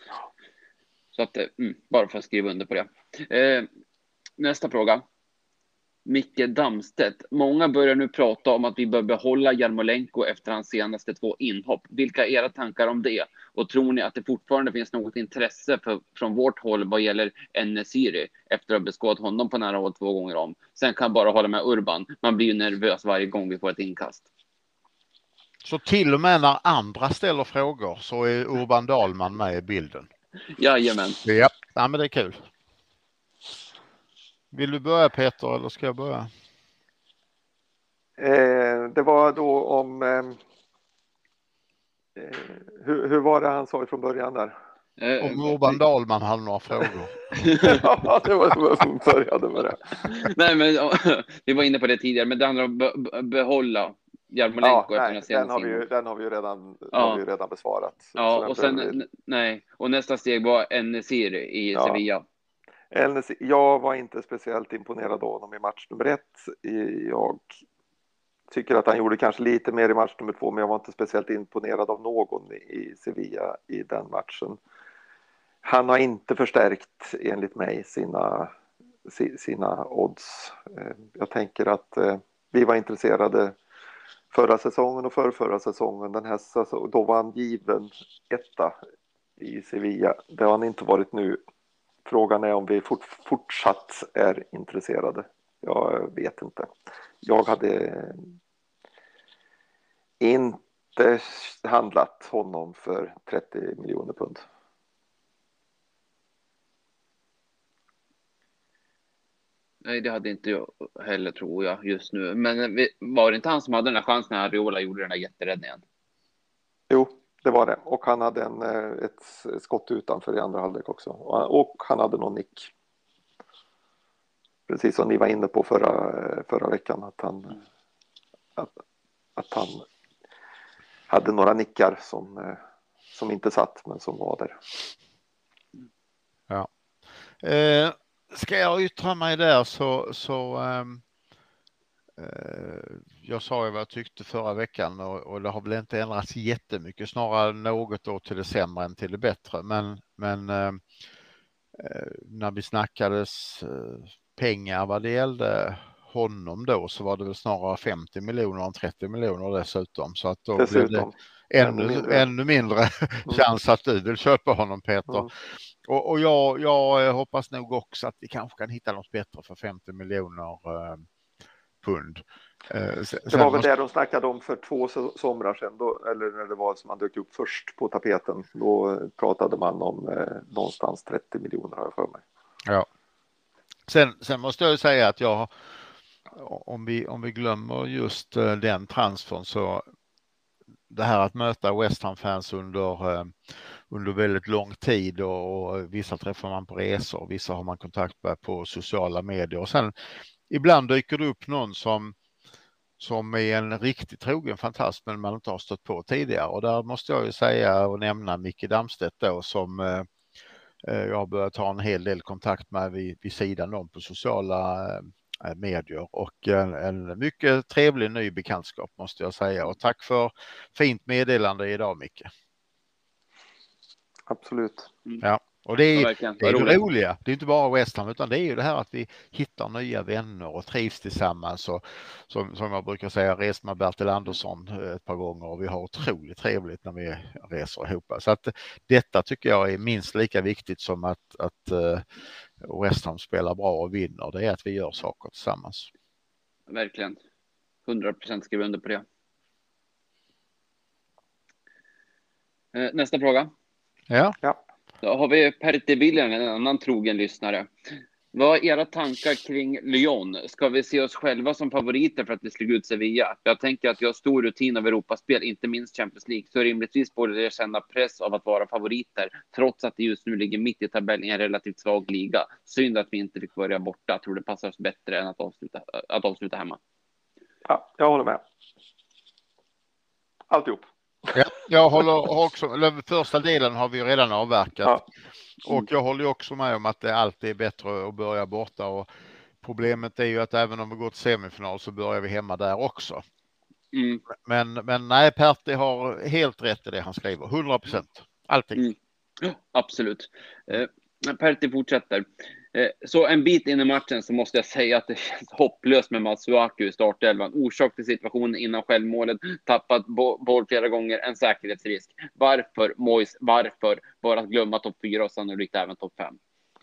Så att, mm, bara för att skriva under på det. Eh, nästa fråga. Micke Damstedt. Många börjar nu prata om att vi bör behålla Jarmolenko efter hans senaste två inhopp. Vilka är era tankar om det? Och tror ni att det fortfarande finns något intresse för, från vårt håll vad gäller En-Nesyri efter att ha beskådat honom på nära håll två gånger om? Sen kan jag bara hålla med Urban. Man blir ju nervös varje gång vi får ett inkast. Så till och med när andra ställer frågor så är Urban Dahlman med i bilden. Jajamän. Ja, ja men det är kul. Vill du börja Peter eller ska jag börja? Eh, det var då om eh, hur, hur var det han sa från början där? Eh, om Urban Dahlman hade några frågor. Ja, det var som började med det. Nej, men vi var inne på det tidigare, men det handlar om att be- behålla Jarmolenko ja, efter nej, den den har vi ju, den har vi ju redan, ja. har vi ju redan besvarat. Ja, och sen vi... nej, och nästa steg var En-Nesyri i ja. Sevilla. Jag var inte speciellt imponerad av honom i match nummer ett. Jag tycker att han gjorde kanske lite mer i match nummer två, men jag var inte speciellt imponerad av någon i Sevilla i den matchen. Han har inte förstärkt enligt mig sina, sina odds. Jag tänker att vi var intresserade förra säsongen och för förra säsongen. Den här säsongen, då var han given etta i Sevilla. Det har han inte varit nu. Frågan är om vi fort, fortsatt är intresserade. Jag vet inte. Jag hade inte handlat honom för trettio miljoner pund. Nej, det hade inte jag heller, tror jag, just nu. Men var det inte han som hade den där chansen när Ariola gjorde den där jätteräddningen? Jo, det var det. Och han hade en, ett skott utanför i andra halvlek också. Och han hade någon nick. Precis som ni var inne på förra, förra veckan. Att han, att, att han hade några nickar som, som inte satt, men som var där. Ja. Eh, ska jag yttra mig där så... så ehm... jag sa ju vad jag tyckte förra veckan och, och det har väl inte ändrats jättemycket, snarare något då till det sämre än till det bättre. Men, men eh, när vi snackades eh, pengar vad det gällde honom då, så var det väl snarare femtio miljoner än trettio miljoner dessutom. Så att då dessutom. blev det ännu, ännu mindre, ännu mindre mm. chans att du vill köpa honom, Peter. Mm. Och, och jag, jag hoppas nog också att vi kanske kan hitta något bättre för femtio miljoner eh, pund. Eh, sen, det var väl måste... det de snackade om för två somrar sedan, då, eller när det var som man dök upp först på tapeten. Då pratade man om eh, någonstans trettio miljoner, har jag för mig. Ja. Sen, sen måste jag säga att jag, om vi, om vi glömmer just uh, den transfern, så det här att möta West Ham-fans under, uh, under väldigt lång tid och, och vissa träffar man på resor, vissa har man kontakt med på sociala medier, och sen ibland dyker det upp någon som, som är en riktigt trogen fantast men man inte har stött på tidigare, och där måste jag ju säga och nämna Micke Damstedt då, som uh, jag har börjat ha en hel del kontakt med vid, vid sidan om på sociala eh, medier, och en, en mycket trevlig ny bekantskap måste jag säga, och tack för fint meddelande idag, Micke. Absolut. Mm. Ja, och det är, ja, det, är det roliga, det är inte bara West Ham utan det är ju det här att vi hittar nya vänner och trivs tillsammans, och som, som jag brukar säga, res med Bertil Andersson ett par gånger och vi har otroligt trevligt när vi reser ihop. Så att detta tycker jag är minst lika viktigt som att, att uh, West Ham spelar bra och vinner, det är att vi gör saker tillsammans. Verkligen, hundra procent skriver under på det. Nästa fråga. Ja. Ja. Då har vi Pertti Viljan, en annan trogen lyssnare. Vad är era tankar kring Lyon? Ska vi se oss själva som favoriter för att vi slog ut Sevilla? Jag tänker att vi har stor rutin av Europaspel, inte minst Champions League. Så rimligtvis borde det känna press av att vara favoriter, trots att det just nu ligger mitt i tabellen i en relativt svag liga. Synd att vi inte fick börja borta. Jag tror det passar oss bättre än att avsluta, att avsluta hemma. Ja, jag håller med. Alltihop. Ja, jag håller också, eller första delen har vi redan avverkat. Ja. Och jag håller också med om att det alltid är bättre att börja borta, och problemet är ju att även om vi går till semifinal så börjar vi hemma där också. Mm. Men, men nej, Pertti har helt rätt i det han skriver, hundra procent, alltid. Mm. Ja, absolut. Eh, Pertti fortsätter. Eh, så en bit in i matchen så måste jag säga att det känns hopplöst med Masuaku i startelvan. Orsak till situationen innan självmålet, tappat bo- boll flera gånger, en säkerhetsrisk. Varför, Mois, varför bara att glömma topp fyra och sannolikt även topp fem?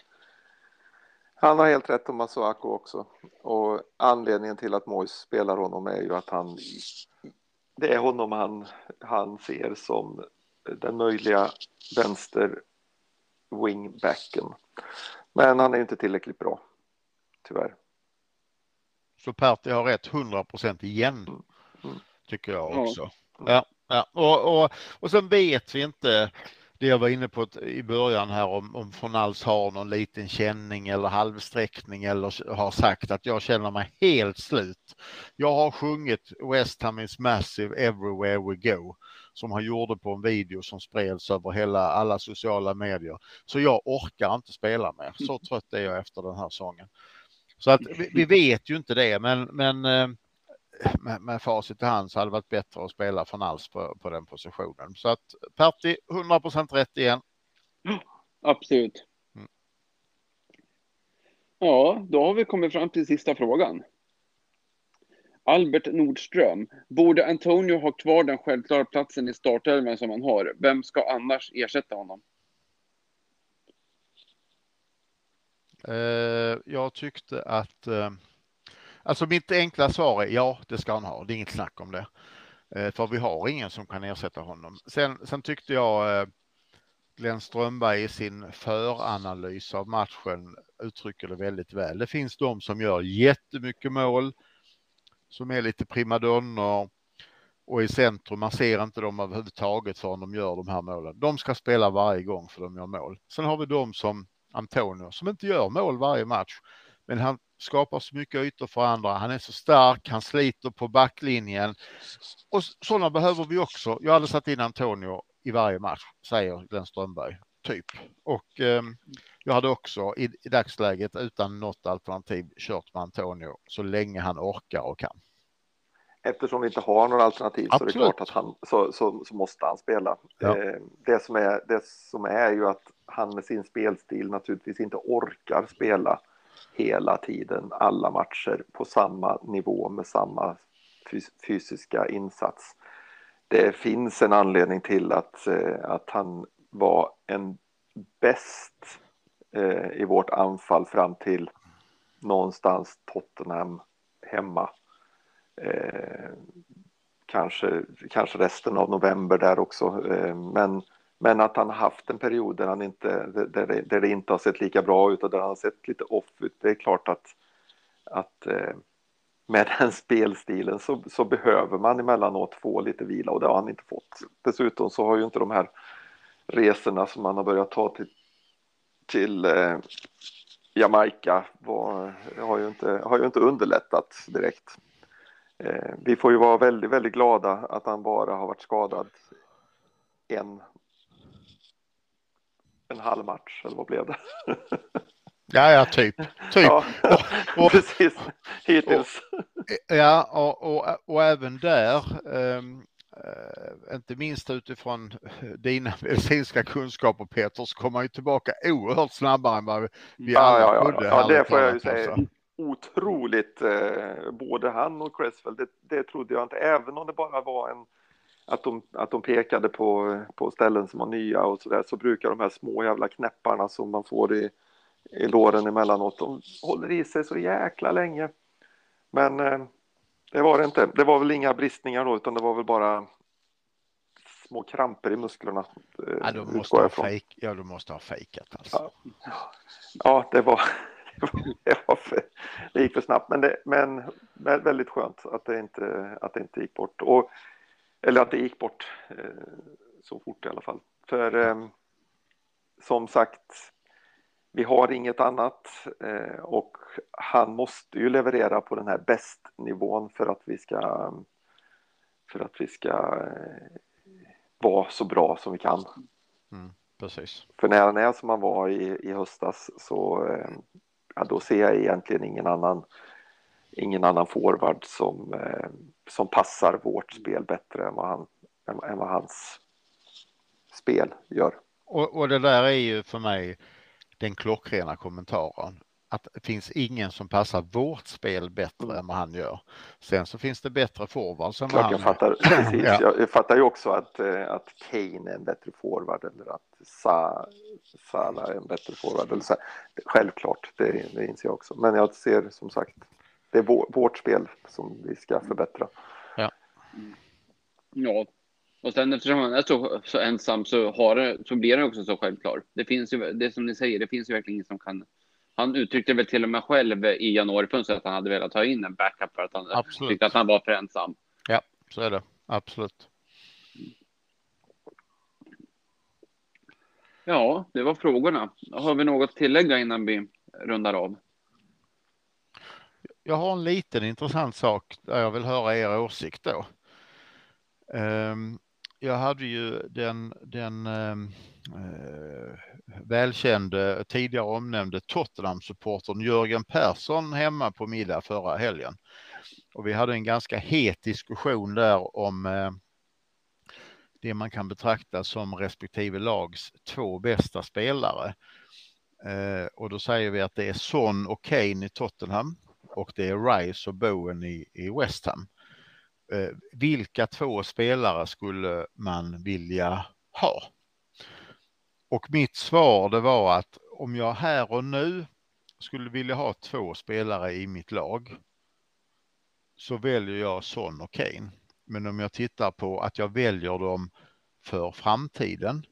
Han har helt rätt om Masuaku också. Och anledningen till att Mois spelar honom är ju att han, det är honom han, han ser som den möjliga vänster wingbacken. Men han är inte tillräckligt bra, tyvärr. Så Pertti har rätt hundra procent igen, mm. Mm. tycker jag också. Mm. Ja, ja. Och, och, och sen vet vi inte, det jag var inne på i början här, om, om Fornals har någon liten känning eller halvsträckning eller har sagt att jag känner mig helt slut. Jag har sjungit West Ham is massive everywhere we go, som han gjorde på en video som spreds över hela, alla sociala medier. Så jag orkar inte spela mer. Så trött är jag efter den här sången. Så att vi, vi vet ju inte det, men, men med, med facit i hand så hade det varit bättre att spela Fornals på, på den positionen. Så att Pertti, hundra procent rätt igen. Absolut. Mm. Ja, då har vi kommit fram till sista frågan. Albert Nordström. Borde Antonio ha kvar den självklara platsen i startelvan som han har? Vem ska annars ersätta honom? Uh, jag tyckte att... Uh, alltså mitt enkla svar är ja, det ska han ha. Det är inget snack om det. Uh, för vi har ingen som kan ersätta honom. Sen, sen tyckte jag... Uh, Glenn Strömberg i sin föranalys av matchen uttrycker det väldigt väl. Det finns de som gör jättemycket mål, som är lite primadonnor och i centrum. Man ser inte dem överhuvudtaget förrän de gör de här målen. De ska spela varje gång för de gör mål. Sen har vi de som Antonio som inte gör mål varje match. Men han skapar så mycket ytor för andra. Han är så stark, han sliter på backlinjen. Och sådana behöver vi också. Jag hade satt in Antonio i varje match, säger Glenn Strömberg, typ. Och eh, jag hade också i, i dagsläget utan något alternativ kört med Antonio så länge han orkar och kan. Eftersom vi inte har några alternativ Absolut. så är det klart att han, så, så, så måste han spela. Ja. Eh, det, som är, det som är ju att han med sin spelstil naturligtvis inte orkar spela hela tiden, alla matcher på samma nivå med samma fys- fysiska insats. Det finns en anledning till att, eh, att han var en bäst eh, i vårt anfall fram till någonstans Tottenham hemma. Eh, kanske, kanske resten av november där också. Eh, men, men att han haft en period där, han inte, där, det, där det inte har sett lika bra ut och där han har sett lite off ut. Det är klart att, att eh, med den spelstilen så, så behöver man emellanåt få lite vila och det har han inte fått. Dessutom så har ju inte de här resorna som man har börjat ta till, till eh, Jamaica var, har, ju inte, har ju inte underlättat direkt. Eh, vi får ju vara väldigt, väldigt glada att han bara har varit skadad en, en halv match, eller vad blev det? Ja, ja, typ. typ. Ja, och, och, precis, hittills. Och, ja, och, och, och även där, um, uh, inte minst utifrån dina medicinska kunskaper, Peter, så kommer man ju tillbaka oerhört snabbare än vad vi ja, alla ja, ja, trodde. ja, det får jag ju säga. Otroligt, eh, både han och Cresswell, det, det trodde jag inte, även om det bara var en att de, att de pekade på, på ställen som var nya och sådär, så brukar de här små jävla knäpparna som man får i, i låren emellanåt, de håller i sig så jäkla länge. Men eh, det var det inte. Det var väl inga bristningar då, utan det var väl bara små kramper i musklerna. Eh, ja, de måste ha fake, ja, de måste ha fejkat alltså. Ja, ja det var det var för, det gick för snabbt, men det men väldigt skönt att det inte att det inte gick bort och eller att det gick bort eh, så fort i alla fall. För eh, som sagt, vi har inget annat eh, och han måste ju leverera på den här bästnivån för att vi ska för att vi ska eh, vara så bra som vi kan. Mm, precis. För när han är som han var i, i höstas så eh, ja, då ser jag egentligen ingen annan ingen annan forward som, eh, som passar vårt spel bättre än vad, han, än, än vad hans spel gör. Och, och det där är ju för mig den klockrena kommentaren. Att det finns ingen som passar vårt spel bättre mm. än vad han gör. Sen så finns det bättre forwards än vad han jag fattar, precis. ja. Jag fattar ju också att, att Kane är en bättre forward eller att Sa, Salah är en bättre forward. Eller så. Självklart, det, det inser jag också. Men jag ser som sagt, det är vår, vårt spel som vi ska förbättra. Ja. Ja. Och sen eftersom han är så, så ensam så, har det, så blir det också så självklar. Det finns ju, det som ni säger, det finns ju verkligen ingen som kan. Han uttryckte väl till och med själv i januarifönstret att han hade velat ta in en backup för att han Absolut. tyckte att han var för ensam. Ja, så är det. Absolut. Ja, det var frågorna. Har vi något att tillägga innan vi rundar av? Jag har en liten intressant sak där jag vill höra er åsikt då. Um, jag hade ju den, den um, uh, välkände, tidigare omnämnde Tottenham-supportern Jörgen Persson hemma på middag förra helgen. Och vi hade en ganska het diskussion där om uh, det man kan betrakta som respektive lags två bästa spelare. Uh, och då säger vi att det är Son och Kane i Tottenham och det är Rice och Bowen i, i West Ham. Eh, vilka två spelare skulle man vilja ha? Och mitt svar det var att om jag här och nu skulle vilja ha två spelare i mitt lag så väljer jag Son och Kane. Men om jag tittar på att jag väljer dem för framtiden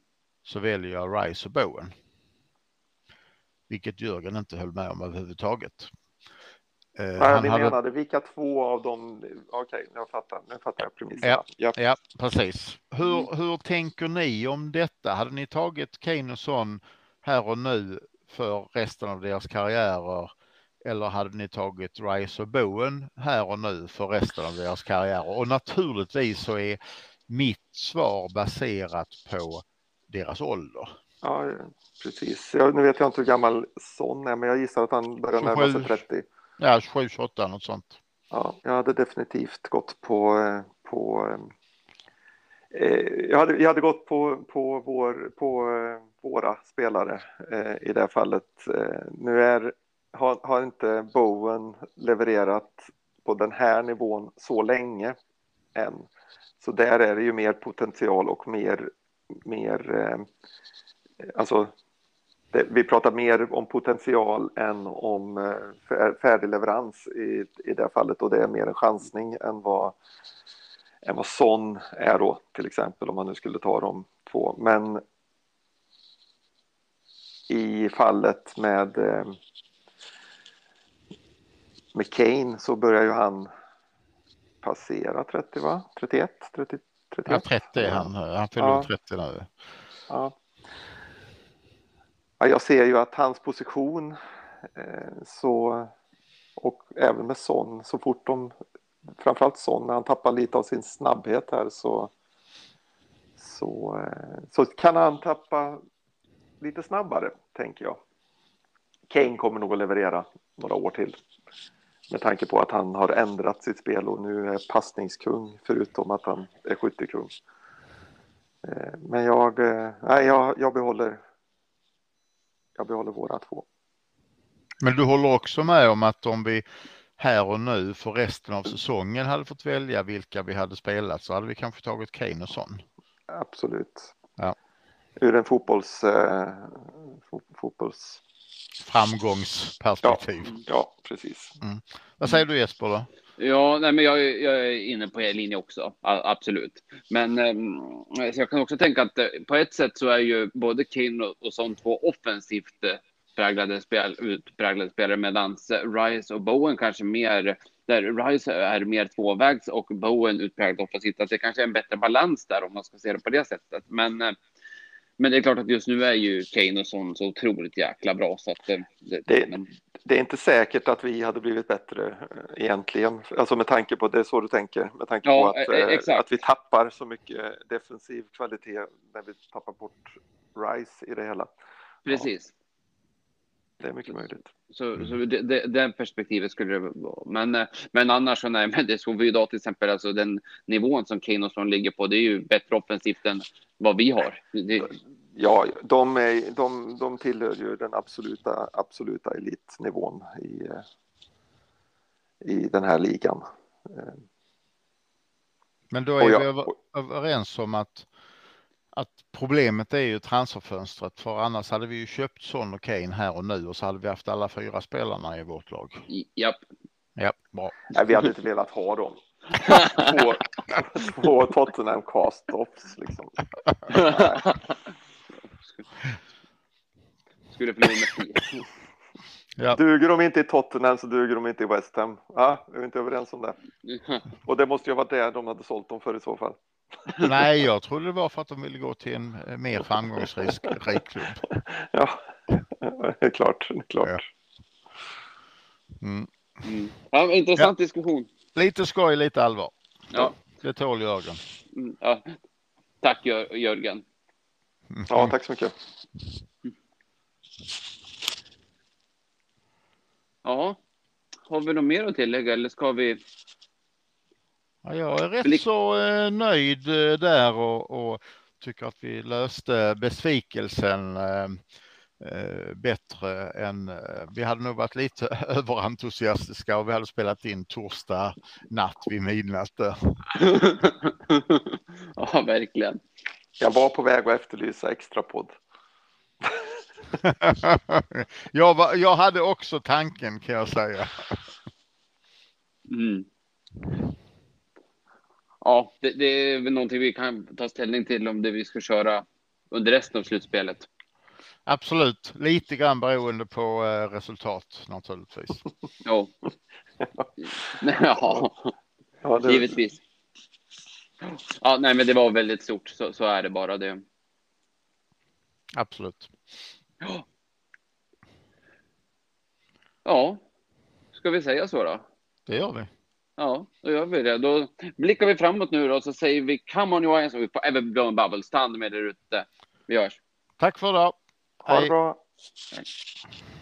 så väljer jag Rice och Bowen. Vilket Jörgen inte höll med om överhuvudtaget. Uh, ja, han vi hade... menade vilka två av dem, okej, okay, jag fattar, nu fattar jag premisserna. Ja, ja. ja, precis. Hur, Mm. hur tänker ni om detta? Hade ni tagit Kane och Son här och nu för resten av deras karriärer? Eller hade ni tagit Rice och Bowen här och nu för resten av deras karriärer? Och naturligtvis så är mitt svar baserat på deras ålder. Ja, precis. Jag, nu vet jag inte hur gammal Son är, men jag gissar att han börjar närma sig trettio. Ja, tjugosju tjugoåtta, något sånt. Ja, jag hade definitivt gått på... på eh, jag, hade, jag hade gått på, på, vår, på eh, våra spelare eh, i det här fallet. Eh, nu är, har, har inte Bowen levererat på den här nivån så länge än. Så där är det ju mer potential och mer... mer eh, alltså... Det, vi pratar mer om potential än om eh, färdig leverans i, i det fallet, och det är mer en chansning än vad, än vad Son är då, till exempel, om man nu skulle ta de två. Men i fallet med eh, med Kane så börjar ju han passera trettio, va? trettioett, trettio, trettioett. Ja, trettio, han, han fyller ja. trettio nu. Ja. Ja, jag ser ju att hans position eh, så, och även med Son, så fort de, framförallt Son, när han tappar lite av sin snabbhet här, så, så, eh, så kan han tappa lite snabbare, tänker jag. Kane kommer nog att leverera några år till, med tanke på att han har ändrat sitt spel och nu är passningskung, förutom att han är skyttekung. Eh, men jag, eh, nej, jag, jag behåller jag behåller våra två. Men du håller också med om att om vi här och nu för resten av säsongen hade fått välja vilka vi hade spelat, så hade vi kanske tagit Kane och Son. Absolut. Ja. Ur en fotbolls, eh, fotbolls... framgångsperspektiv. Ja, ja precis. Mm. Vad säger du, Jesper, då? Ja, nej, men jag, jag är inne på er linje också, absolut. Men eh, så jag kan också tänka att eh, på ett sätt så är ju både Kane och, och Son två offensivt eh, präglade, spel, utpräglade spelare, medan Rice och Bowen kanske mer, där Rice är mer tvåvägs och Bowen utpräglad offensivt. Att det kanske är en bättre balans där, om man ska se det på det sättet. Men eh, Men det är klart att just nu är ju Kane och Son så otroligt jäkla bra. Så att, det, det, men... det är inte säkert att vi hade blivit bättre egentligen. Alltså med tanke på, det är så du tänker. Med tanke ja, på att, eh, att vi tappar så mycket defensiv kvalitet när vi tappar bort Rice i det hela. Precis. Ja, det är mycket möjligt. Så, mm. så det, det, den perspektivet skulle det vara. Men, men annars så nej, men det såg vi ju idag till exempel, alltså den nivån som Kane och Son ligger på, det är ju bättre offensivt än vad vi har. Det... Ja, de, är, de, de tillhör ju den absoluta, absoluta elitnivån i, i den här ligan. Men då är jag, vi över, överens om att att problemet är ju transferfönstret, för annars hade vi ju köpt Son och Kane här och nu, och så hade vi haft alla fyra spelarna i vårt lag. Japp. Ja, bra. Nej, vi hade inte velat ha dem. Två, två Tottenham cast-offs liksom. Skulle förlora med tio. Ja. Duger de inte i Tottenham så duger de inte i West Ham. Ja, är vi inte överens om det? Och det måste ju vara där de hade sålt dem för i så fall. Nej, jag trodde det var för att de ville gå till en mer framgångsrik klubb. Ja, det är klart. Det är klart. Ja. Mm. Mm. Ja, intressant ja. diskussion. Lite skoj, lite allvar. Ja. Det tål Jörgen. Mm. Ja. Tack Jörgen. Mm. Ja, tack så mycket. Ja, har vi något mer att tillägga eller ska vi? Ja, jag är rätt så eh, nöjd eh, där och, och tycker att vi löste besvikelsen eh, eh, bättre än eh, vi hade nog varit lite överentusiastiska och vi hade spelat in torsdag natt vid midnatt. Ja, verkligen. Jag var på väg att efterlysa extra podd. jag, var, jag hade också tanken, kan jag säga. Mm. Ja, det, det är väl någonting vi kan ta ställning till om det vi ska köra under resten av slutspelet. Absolut, lite grann beroende på eh, resultat naturligtvis. Ja, ja. Ja, det... Givetvis. Ja, nej, men det var väldigt stort, så, så är det bara det. Absolut. Ja. Ja, ska vi säga så då? Det gör vi. Ja, då gör vi det. Då blickar vi framåt nu då, så säger vi come on you Lions, och vi får även blown bubbles. Ta hand med er ute. Vi hörs. Tack för idag. Ha det bra. Hej.